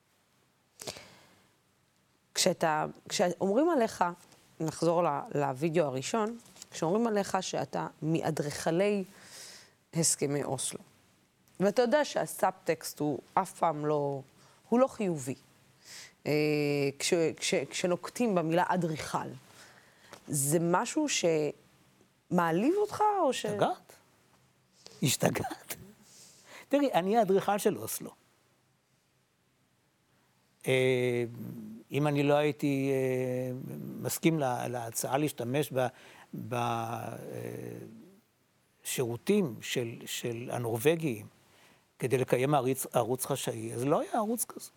כשאתה, כשאומרים עליך, נחזור לוידאו הראשון, כשאומרים עליך שאתה מאדריכלי הסכמי אוסלו. ואתה יודע שהסאבטקסט הוא אף פעם לא, הוא לא חיובי. אה, כש, כש, כשנוקטים במילה אדריכל. זה משהו שמעליב אותך או ש... השתגעת? השתגעת? תראי, אני האדריכל של אוסלו. אה, אם אני לא הייתי אה, מסכים לה, להצעה להשתמש ב... ב אה, שירותים של, של הנורווגיים כדי לקיים ערוץ, ערוץ חשאי, אז לא היה ערוץ כזה.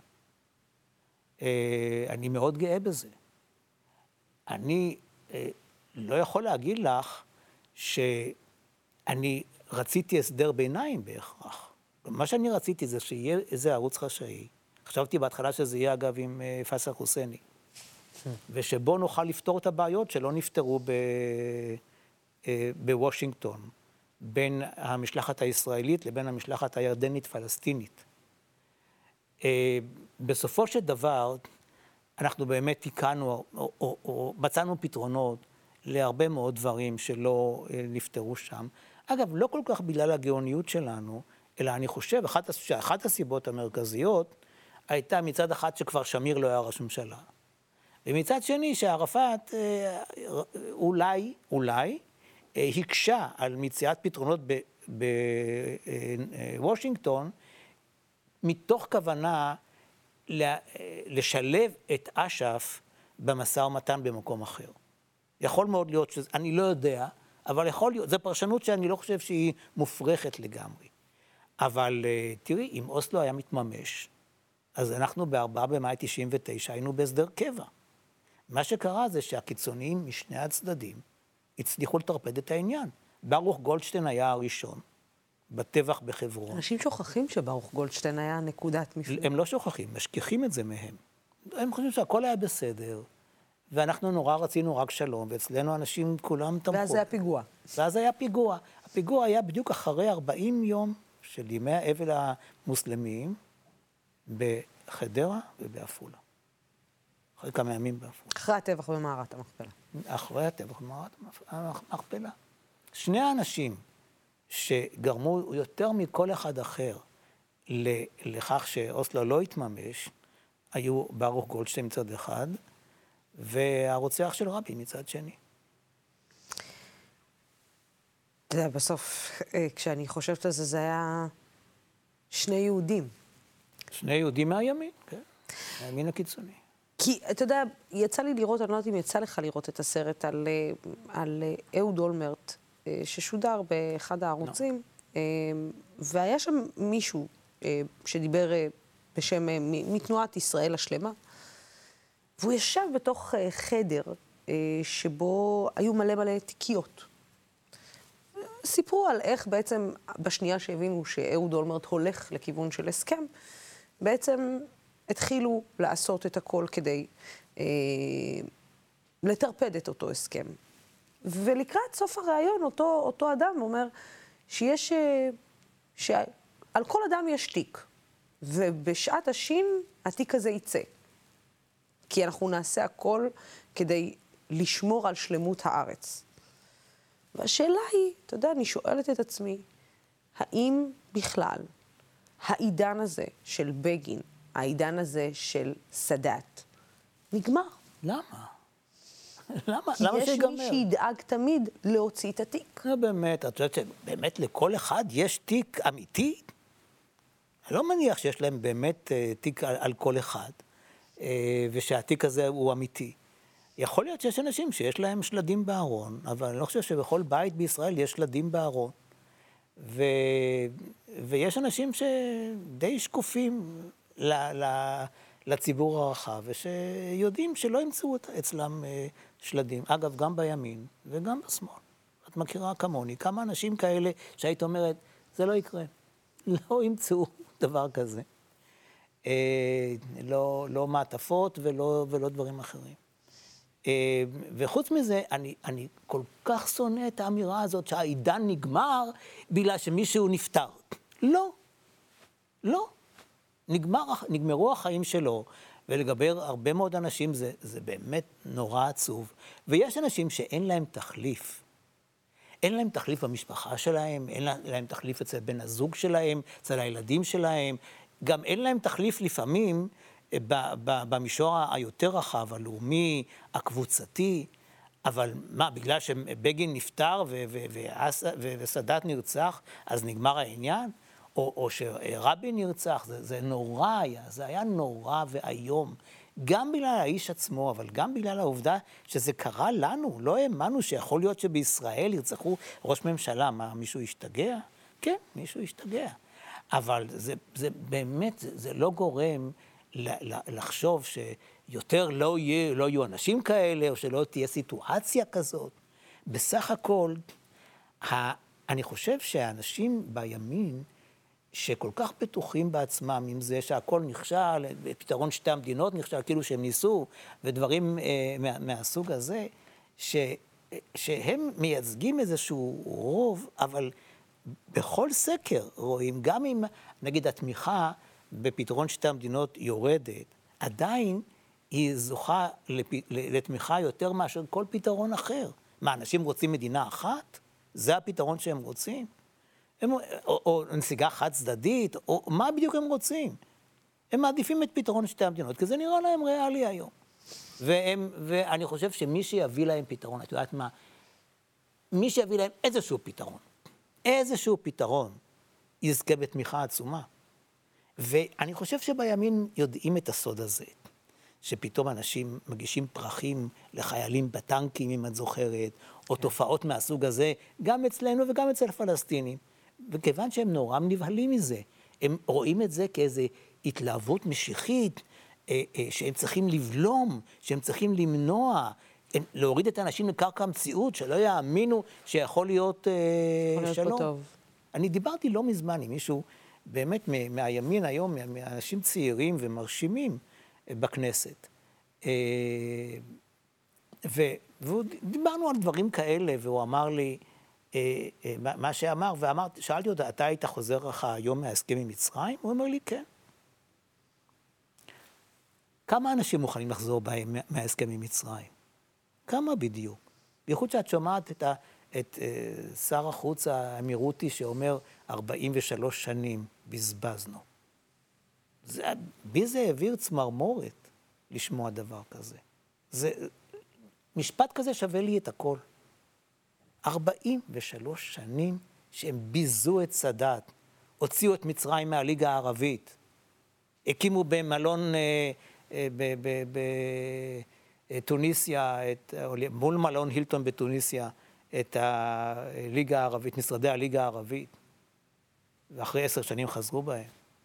אה, אני מאוד גאה בזה. אני אה, לא יכול להגיד לך שאני רציתי הסדר ביניים בהכרח. מה שאני רציתי זה שיהיה איזה ערוץ חשאי. חשבתי בהתחלה שזה יהיה אגב עם אה, פסח חוסני. ושבו נוכל לפתור את הבעיות שלא נפתרו ב, אה, בוושינגטון. בין המשלחת הישראלית לבין המשלחת הירדנית-פלסטינית. בסופו של דבר, אנחנו באמת תיקנו, או, או, או מצאנו פתרונות להרבה מאוד דברים שלא נפתרו שם. אגב, לא כל כך בגלל הגאוניות שלנו, אלא אני חושב, אחת, שאחת הסיבות המרכזיות הייתה מצד אחד שכבר שמיר לא היה ראש ממשלה. ומצד שני שערפאת אולי, אולי, הקשה על מציאת פתרונות בוושינגטון, מתוך כוונה לשלב את אש"ף במשא ומתן במקום אחר. יכול מאוד להיות שזה, אני לא יודע, אבל יכול להיות, זו פרשנות שאני לא חושב שהיא מופרכת לגמרי. אבל תראי, אם אוסלו היה מתממש, אז אנחנו ב-ארבעה במאי תשעים ותשע היינו בהסדר קבע. מה שקרה זה שהקיצוניים משני הצדדים הצליחו לטרפד את העניין. ברוך גולדשטיין היה הראשון, בטבח בחברון. אנשים שוכחים שברוך גולדשטיין היה נקודת מפנה. הם לא שוכחים, משכיחים את זה מהם. הם חושבים שהכל היה בסדר, ואנחנו נורא רצינו רק שלום, ואצלנו אנשים כולם תמכו. ואז היה פיגוע. ואז היה פיגוע. הפיגוע היה בדיוק אחרי ארבעים יום של ימי האבל המוסלמיים, בחדרה ובעפולה. אחרי כמה ימים בעפולה. אחרי הטבח במערת המכפלה. אחרי הטבח במערת המכפלה. שני האנשים שגרמו יותר מכל אחד אחר לכך שאוסלו לא התממש, היו ברוך גולדשטיין מצד אחד, והרוצח של רבין מצד שני. אתה יודע, בסוף, כשאני חושבת על זה, זה היה שני יהודים. שני יהודים מהימין, כן. מהימין הקיצוני. כי, אתה יודע, יצא לי לראות, אני לא יודעת אם יצא לך לראות את הסרט על, על אהוד אולמרט, ששודר באחד הערוצים, no. והיה שם מישהו שדיבר בשם, מתנועת ישראל השלמה, והוא ישב בתוך חדר שבו היו מלא מלא תיקיות. סיפרו על איך בעצם, בשנייה שהבינו שאהוד אולמרט הולך לכיוון של הסכם, בעצם התחילו לעשות את הכל כדי אה, לטרפד את אותו הסכם. ולקראת סוף הרעיון, אותו, אותו אדם אומר שיש, אה, שעל כל אדם יש תיק, ובשעת השין התיק הזה יצא. כי אנחנו נעשה הכל כדי לשמור על שלמות הארץ. והשאלה היא, אתה יודע, אני שואלת את עצמי, האם בכלל העידן הזה של בגין, העידן הזה של סאדאת, נגמר? למה? למה? למה שיגמר? כי יש מי שידאג תמיד להוציא את התיק. לא באמת, את יודעת שבאמת לכל אחד יש תיק אמיתי? אני לא מניח שיש להם באמת תיק על, על כל אחד, ושהתיק הזה הוא אמיתי. יכול להיות שיש אנשים שיש להם שלדים בארון, אבל אני לא חושב שבכל בית בישראל יש שלדים בארון. ו... ויש אנשים שדי שקופים ל... ל... לציבור הרחב, ושיודעים שלא ימצאו אצלם שלדים. אגב, גם בימין וגם בשמאל. את מכירה כמוני, כמה אנשים כאלה שהיית אומרת, זה לא יקרה. לא ימצאו דבר כזה. לא, לא מעטפות ולא, ולא דברים אחרים. וחוץ מזה, אני, אני כל כך שונא את האמירה הזאת שהעידן נגמר בגלל שמישהו נפטר. לא. לא. נגמר, נגמרו החיים שלו, ולגבי הרבה מאוד אנשים זה, זה באמת נורא עצוב. ויש אנשים שאין להם תחליף. אין להם תחליף במשפחה שלהם, אין להם תחליף אצל בן הזוג שלהם, אצל הילדים שלהם. גם אין להם תחליף לפעמים במישור היותר רחב, הלאומי, הקבוצתי. אבל מה, בגלל שבגין נפטר וסאדאת נרצח, אז נגמר העניין? או, או שרבין נרצח, זה, זה נורא היה, זה היה נורא ואיום. גם בגלל האיש עצמו, אבל גם בגלל העובדה שזה קרה לנו. לא האמנו שיכול להיות שבישראל ירצחו ראש ממשלה. מה, מישהו ישתגע? כן, מישהו ישתגע. אבל זה, זה באמת, זה, זה לא גורם לחשוב שיותר לא יהיה, לא יהיו אנשים כאלה, או שלא תהיה סיטואציה כזאת. בסך הכל, אני חושב שהאנשים בימין, שכל כך בטוחים בעצמם עם זה שהכל נכשל, פתרון שתי המדינות נכשל, כאילו שהם ניסו, ודברים אה, מה, מהסוג הזה, ש, שהם מייצגים איזשהו רוב, אבל בכל סקר רואים, גם אם נגיד התמיכה בפתרון שתי המדינות יורדת, עדיין היא זוכה לפ, לתמיכה יותר מאשר כל פתרון אחר. מה, אנשים רוצים מדינה אחת? זה הפתרון שהם רוצים? הם, או, או נסיגה חד צדדית, או מה בדיוק הם רוצים? הם מעדיפים את פתרון שתי המדינות, כי זה נראה להם ריאלי היום. והם, ואני חושב שמי שיביא להם פתרון, את יודעת מה? מי שיביא להם איזשהו פתרון, איזשהו פתרון, יזכה בתמיכה עצומה. ואני חושב שבימין יודעים את הסוד הזה, שפתאום אנשים מגישים פרחים לחיילים בטנקים, אם את זוכרת, או תופעות מהסוג הזה, גם אצלנו וגם אצל הפלסטינים. וכיוון שהם נורא נבהלים מזה, הם רואים את זה כאיזו התלהבות משיחית, שהם צריכים לבלום, שהם צריכים למנוע, להוריד את האנשים לקרקע המציאות, שלא יאמינו שיכול להיות שלום. טוב. אני דיברתי לא מזמן עם מישהו, באמת מהימין היום, מאנשים צעירים ומרשימים בכנסת. ודיברנו על דברים כאלה, והוא אמר לי, מה שאמר, ושאלתי אותה, אתה היית חוזר לך היום מההסכם עם מצרים? הוא אומר לי, כן. כמה אנשים מוכנים לחזור בהם מההסכם עם מצרים? כמה בדיוק? בייחוד שאת שומעת את, ה, את uh, שר החוץ האמירותי שאומר ארבעים ושלוש שנים בזבזנו. זה, בי זה העביר צמרמורת לשמוע דבר כזה. זה, משפט כזה שווה לי את הכל. ארבעים ושלוש שנים שהם ביזו את סאדאת, הוציאו את מצרים מהליגה הערבית, הקימו במלון אה, בתוניסיה, מול מלון הילטון בתוניסיה, את הליגה הערבית, משרדי הליגה הערבית, ואחרי עשר שנים חזרו בהם.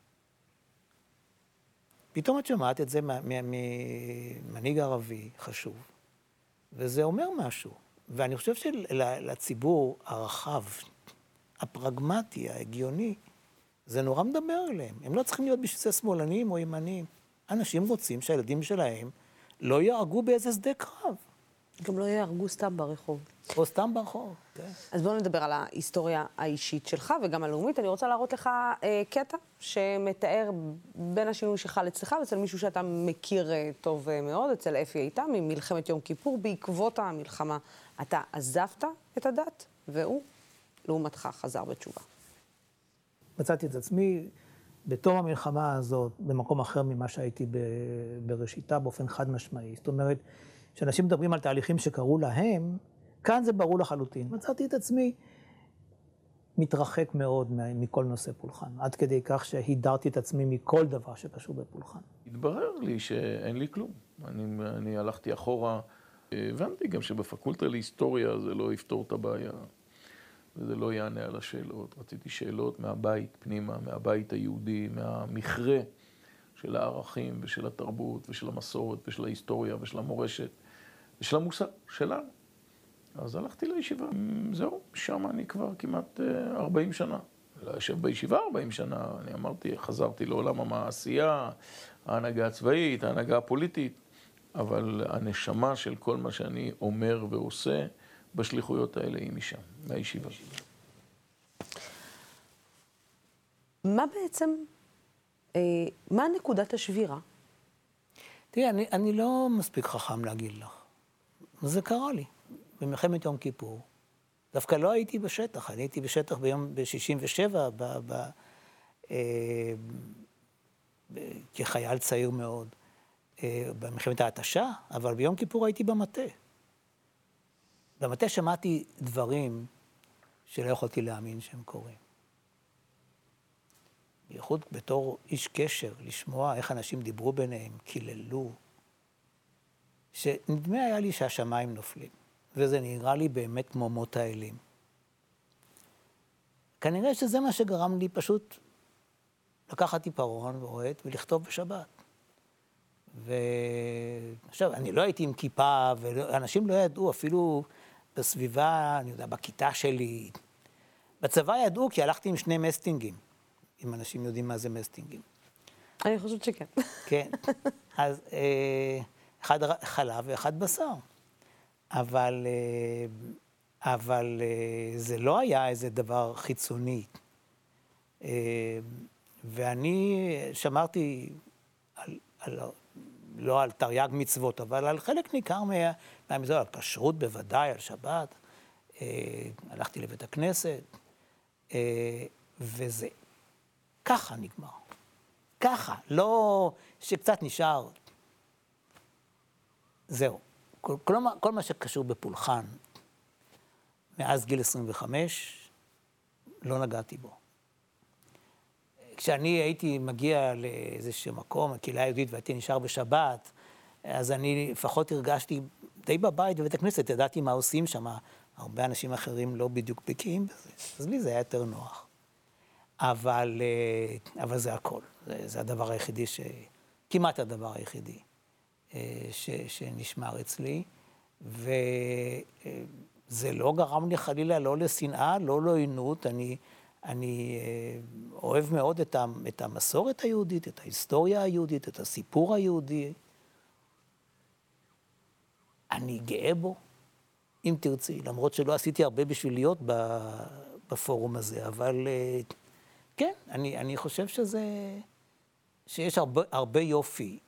פתאום את שומעת את זה ממנהיג ערבי חשוב, וזה אומר משהו. ואני חושב שלציבור הרחב, הפרגמטי, ההגיוני, זה נורא מדבר אליהם. הם לא צריכים להיות בשביל זה שמאלנים או ימנים. אנשים רוצים שהילדים שלהם לא יהרגו באיזה שדה קרב. גם לא יהרגו סתם ברחוב. או סתם ברחוב, כן. אז בואו נדבר על ההיסטוריה האישית שלך וגם הלאומית. אני רוצה להראות לך אה, קטע שמתאר בין השינוי שחל אצלך ואצל מישהו שאתה מכיר אה, טוב אה, מאוד, אצל אפי איתם, ממלחמת יום כיפור. בעקבות המלחמה אתה עזבת את הדת, והוא, לעומתך, חזר בתשובה. מצאתי את עצמי בתום המלחמה הזאת במקום אחר ממה שהייתי בראשיתה באופן חד משמעי. זאת אומרת, כשאנשים מדברים על תהליכים שקרו להם, כאן זה ברור לחלוטין. מצאתי את עצמי מתרחק מאוד מכל נושא פולחן, עד כדי כך שהידרתי את עצמי מכל דבר שקשור בפולחן. התברר לי שאין לי כלום. אני, אני הלכתי אחורה, הבנתי גם שבפקולטה להיסטוריה זה לא יפתור את הבעיה, וזה לא יענה על השאלות. רציתי שאלות מהבית פנימה, מהבית היהודי, מהמכרה של הערכים ושל התרבות ושל המסורת ושל ההיסטוריה ושל המורשת ושל המוסר שלנו. אז הלכתי לישיבה. זהו, שם אני כבר כמעט ארבעים שנה. לא יושב בישיבה ארבעים שנה, אני אמרתי, חזרתי לעולם המעשייה, ההנהגה הצבאית, ההנהגה הפוליטית, אבל הנשמה של כל מה שאני אומר ועושה בשליחויות האלה היא משם, מהישיבה. מה בעצם, אה, מה נקודת השבירה? תראי, אני, אני לא מספיק חכם להגיד לך. זה קרה לי. במלחמת יום כיפור. דווקא לא הייתי בשטח, אני הייתי בשטח ביום ב-שישים ושבע, ב, ב, אה, ב, כחייל צעיר מאוד, אה, במלחמת ההתשה, אבל ביום כיפור הייתי במטה. במטה שמעתי דברים שלא יכולתי להאמין שהם קורים. בייחוד בתור איש קשר, לשמוע איך אנשים דיברו ביניהם, קיללו, שנדמה היה לי שהשמיים נופלים. וזה נראה לי באמת כמו מות האלים. כנראה שזה מה שגרם לי פשוט לקחת עיפרון ואוהד ולכתוב בשבת. ועכשיו, אני לא הייתי עם כיפה, ואנשים לא ידעו, אפילו בסביבה, אני יודע, בכיתה שלי. בצבא ידעו, כי הלכתי עם שני מסטינגים, אם אנשים יודעים מה זה מסטינגים. אני חושבת שכן. כן. אז אחד חלב ואחד בשר. אבל, אבל זה לא היה איזה דבר חיצוני. ואני שמרתי על, על, לא על תרי"ג מצוות, אבל על חלק ניכר מה, מהמצוות, על כשרות בוודאי, על שבת. הלכתי לבית הכנסת, וזה ככה נגמר. ככה, לא שקצת נשאר. זהו. כל, כל, כל מה שקשור בפולחן, מאז גיל עשרים וחמש, לא נגעתי בו. כשאני הייתי מגיע לאיזשהו מקום, הקהילה היהודית, והייתי נשאר בשבת, אז אני לפחות הרגשתי די בבית בבית הכנסת, ידעתי מה עושים שם, הרבה אנשים אחרים לא בדיוק בקיאים בזה, אז לי זה היה יותר נוח. אבל, אבל זה הכל, זה, זה הדבר היחידי, ש... כמעט הדבר היחידי. ש, שנשמר אצלי, וזה לא גרם לי חלילה, לא לשנאה, לא לעוינות. אני, אני אוהב מאוד את, ה, את המסורת היהודית, את ההיסטוריה היהודית, את הסיפור היהודי. אני גאה בו, אם תרצי, למרות שלא עשיתי הרבה בשביל להיות בפורום הזה, אבל כן, אני, אני חושב שזה, שיש הרבה, הרבה יופי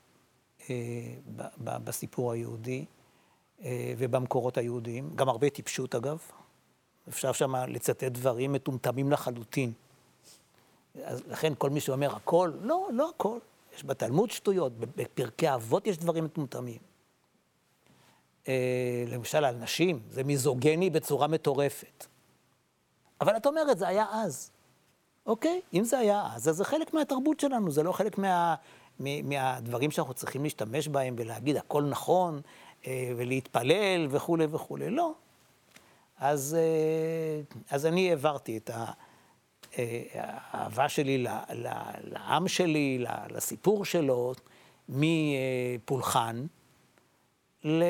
בסיפור היהודי ובמקורות היהודיים, גם הרבה טיפשות אגב, אפשר שם לצטט דברים מטומטמים לחלוטין. אז לכן כל מי שאומר הכל, לא, לא הכל. יש בתלמוד שטויות, בפרקי אבות יש דברים מטומטמים. למשל על נשים, זה מיזוגני בצורה מטורפת. אבל את אומרת, זה היה אז. אוקיי? אם זה היה אז, אז זה חלק מהתרבות שלנו, זה לא חלק מה... מהדברים שאנחנו צריכים להשתמש בהם ולהגיד הכל נכון, ולהתפלל וכו' וכו'. לא. אז, אז אני העברתי את האהבה שלי לעם שלי, לסיפור שלו, מפולחן ל...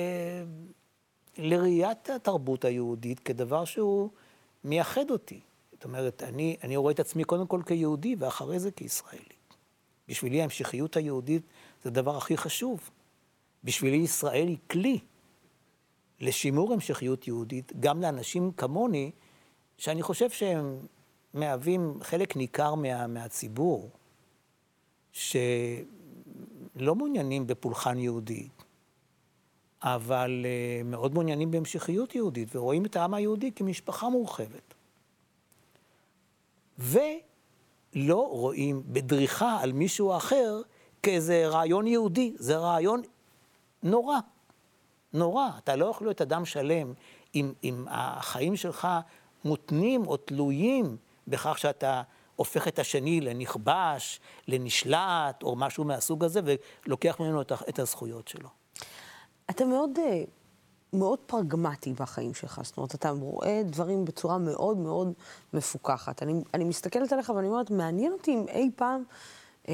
לראיית התרבות היהודית כדבר שהוא מייחד אותי. זאת אומרת, אני, אני רואה את עצמי קודם כל כיהודי ואחרי זה כישראלי. בשבילי ההמשכיות היהודית זה הדבר הכי חשוב. בשבילי ישראל היא כלי לשימור המשכיות יהודית, גם לאנשים כמוני, שאני חושב שהם מהווים חלק ניכר מה, מהציבור, שלא מעוניינים בפולחן יהודי, אבל uh, מאוד מעוניינים בהמשכיות יהודית, ורואים את העם היהודי כמשפחה מורחבת. ולא רואים בדריכה על מישהו אחר כאיזה רעיון יהודי, זה רעיון נורא, נורא. אתה לא יכול להיות אדם שלם אם, אם החיים שלך מותנים או תלויים בכך שאתה הופך את השני לנכבש, לנשלט, או משהו מהסוג הזה, ולוקח ממנו את, את הזכויות שלו. אתה מאוד, מאוד פרגמטי בחיים שלך, זאת אומרת, אתה רואה דברים בצורה מאוד מאוד מפוקחת. אני, אני מסתכלת עליך ואני אומרת, מעניין אותי אם אי פעם אה,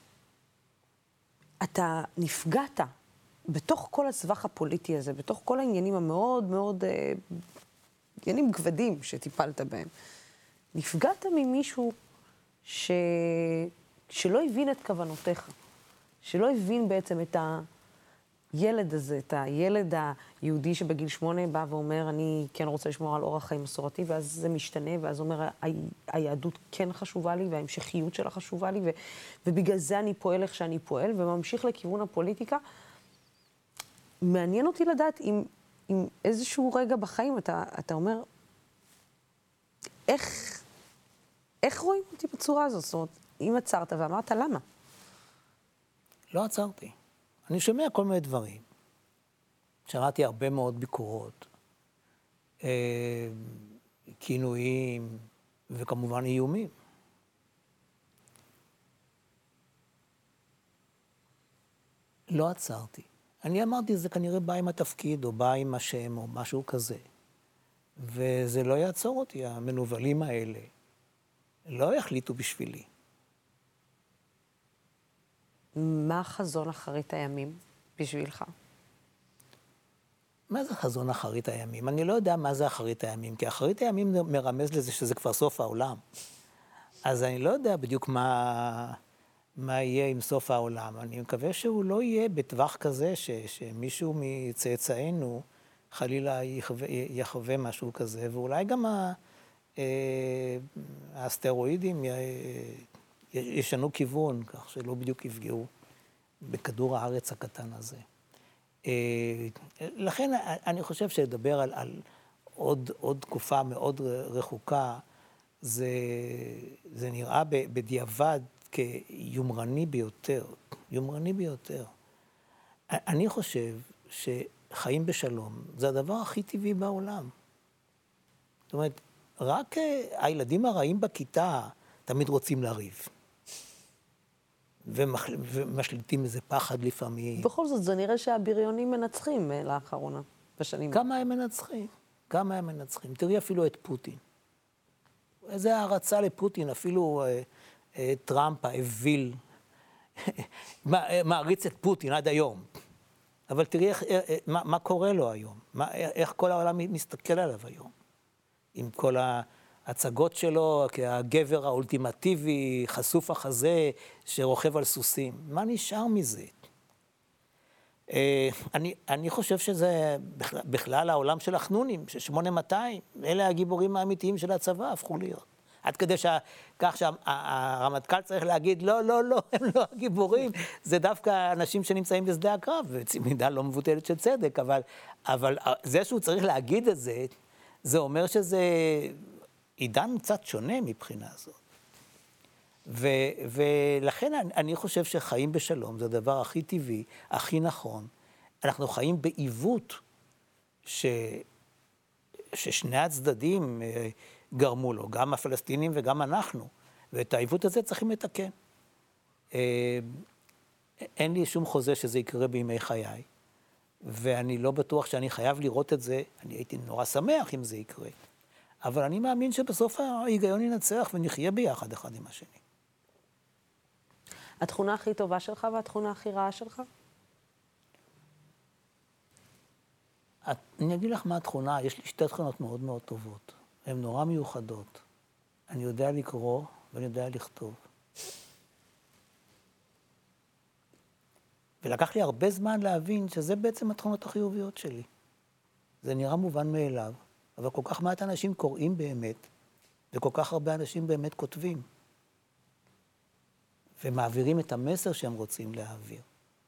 אתה נפגעת בתוך כל הסבך הפוליטי הזה, בתוך כל העניינים המאוד מאוד, אה, עניינים כבדים שטיפלת בהם. נפגעת ממישהו ש... שלא הבין את כוונותיך, שלא הבין בעצם את הילד הזה, את הילד היהודי שבגיל שמונה בא ואומר, אני כן רוצה לשמור על אורח חיים מסורתי, ואז זה משתנה, ואז אומר, ה... היהדות כן חשובה לי, וההמשכיות שלה חשובה לי, ו... ובגלל זה אני פועל איך שאני פועל, וממשיך לכיוון הפוליטיקה. מעניין אותי לדעת אם, אם איזשהו רגע בחיים אתה, אתה אומר, איך... איך רואים אותי בצורה הזאת? זאת אומרת, אם עצרת ואמרת, למה? לא עצרתי. אני שומע כל מיני דברים. שמעתי הרבה מאוד ביקורות, אה, כינויים, וכמובן איומים. לא עצרתי. אני אמרתי, זה כנראה בא עם התפקיד, או בא עם השם, או משהו כזה. וזה לא יעצור אותי, המנובלים האלה. לא יחליטו בשבילי. מה חזון אחרית הימים בשבילך? מה זה חזון אחרית הימים? אני לא יודע מה זה אחרית הימים, כי אחרית הימים מרמז לזה שזה כבר סוף העולם. אז אני לא יודע בדיוק מה, מה יהיה עם סוף העולם. אני מקווה שהוא לא יהיה בטווח כזה ש, שמישהו מצאצאינו חלילה יחווה, יחווה משהו כזה, ואולי גם ה... האסטרואידים ישנו כיוון, כך שלא בדיוק יפגעו בכדור הארץ הקטן הזה. לכן אני חושב שלדבר על, על עוד, עוד תקופה מאוד רחוקה, זה, זה נראה בדיעבד כיומרני ביותר, יומרני ביותר. אני חושב שחיים בשלום זה הדבר הכי טבעי בעולם. זאת אומרת, רק הילדים הרעים בכיתה תמיד רוצים לריב. ומח... ומשליטים איזה פחד לפעמים. בכל זאת, זה נראה שהבריונים מנצחים לאחרונה, בשנים. כמה הם מנצחים? כמה הם מנצחים? תראי אפילו את פוטין. איזה הערצה לפוטין, אפילו אה, אה, טראמפ האוויל, מעריץ את פוטין עד היום. אבל תראי איך, אה, מה, מה קורה לו היום, מה, איך כל העולם מסתכל עליו היום. עם כל ההצגות שלו, כהגבר האולטימטיבי, חשוף החזה, שרוכב על סוסים. מה נשאר מזה? אני, אני חושב שזה בכלל, בכלל העולם של החנונים, ש-שמונה מאתיים, אלה הגיבורים האמיתיים של הצבא הפכו להיות. עד כדי כך שהרמטכ"ל צריך להגיד, לא, לא, לא, הם לא הגיבורים, זה דווקא אנשים שנמצאים בשדה הקרב, ומידה לא מבוטלת של צדק, אבל, אבל זה שהוא צריך להגיד את זה, זה אומר שזה עידן קצת שונה מבחינה הזאת. ו, ולכן אני, אני חושב שחיים בשלום זה הדבר הכי טבעי, הכי נכון. אנחנו חיים בעיוות ש, ששני הצדדים גרמו לו, גם הפלסטינים וגם אנחנו. ואת העיוות הזה צריכים לתקן. אין לי שום חוזה שזה יקרה בימי חיי, ואני לא בטוח שאני חייב לראות את זה. אני הייתי נורא שמח אם זה יקרה, אבל אני מאמין שבסוף ההיגיון ינצח ונחיה ביחד אחד עם השני. התכונה הכי טובה שלך והתכונה הכי רעה שלך? אני אגיד לך מה התכונה, יש לי שתי תכונות מאוד מאוד טובות. הן נורא מיוחדות. אני יודע לקרוא ואני יודע לכתוב. ולקח לי הרבה זמן להבין שזה בעצם התכונות החיוביות שלי. זה נראה מובן מאליו, אבל כל כך מעט אנשים קוראים באמת, וכל כך הרבה אנשים באמת כותבים. ומעבירים את המסר שהם רוצים להעביר.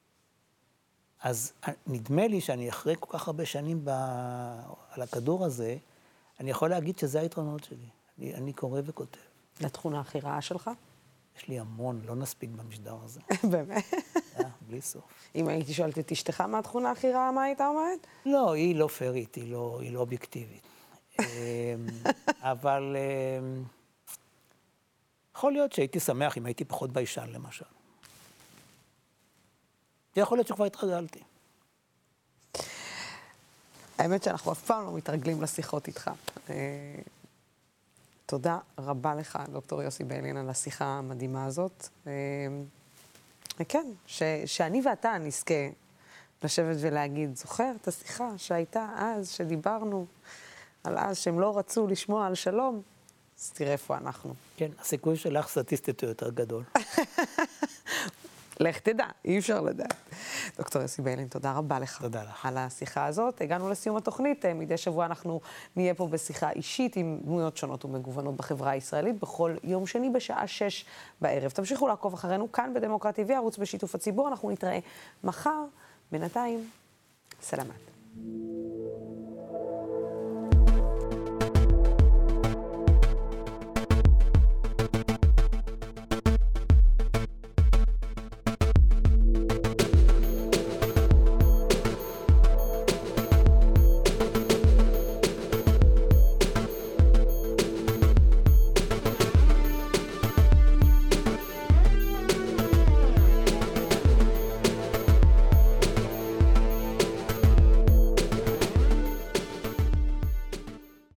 אז נדמה לי שאני אחרי כל כך הרבה שנים ב... על הכדור הזה, אני יכול להגיד שזה היתרונות שלי. אני, אני קורא וכותב. לתכונה הכי רעה שלך? יש לי המון, לא נספיק במשדר הזה. באמת? אה, בלי סוף. אם הייתי שואלת את אשתך מה התכונה הכי רעה, מה הייתה אומרת? לא, היא לא פרית, היא לא, היא לא אובייקטיבית. אבל יכול להיות שהייתי שמח אם הייתי פחות ביישן, למשל. זה יכול להיות שכבר התרגלתי. האמת שאנחנו אף פעם לא מתרגלים לשיחות איתך. תודה רבה לך, דוקטור יוסי ביילין, על השיחה המדהימה הזאת. כן, ש, שאני ואתה נזכה לשבת ולהגיד, זוכר את השיחה שהייתה אז, שדיברנו על אז שהם לא רצו לשמוע על שלום, אז תראה איפה אנחנו. כן, הסיכוי שלך סטטיסטית הוא יותר גדול. לך תדע, אי אפשר לדעת. דוקטור יוסי ביילין, תודה רבה לך. תודה לך. על השיחה הזאת. הגענו לסיום התוכנית. מדי שבוע אנחנו נהיה פה בשיחה אישית עם דמויות שונות ומגוונות בחברה הישראלית, בכל יום שני בשעה שש בערב. תמשיכו לעקוב אחרינו כאן בדמוקרט טי וי, ערוץ בשיתוף הציבור. אנחנו נתראה מחר. בינתיים, סלמת.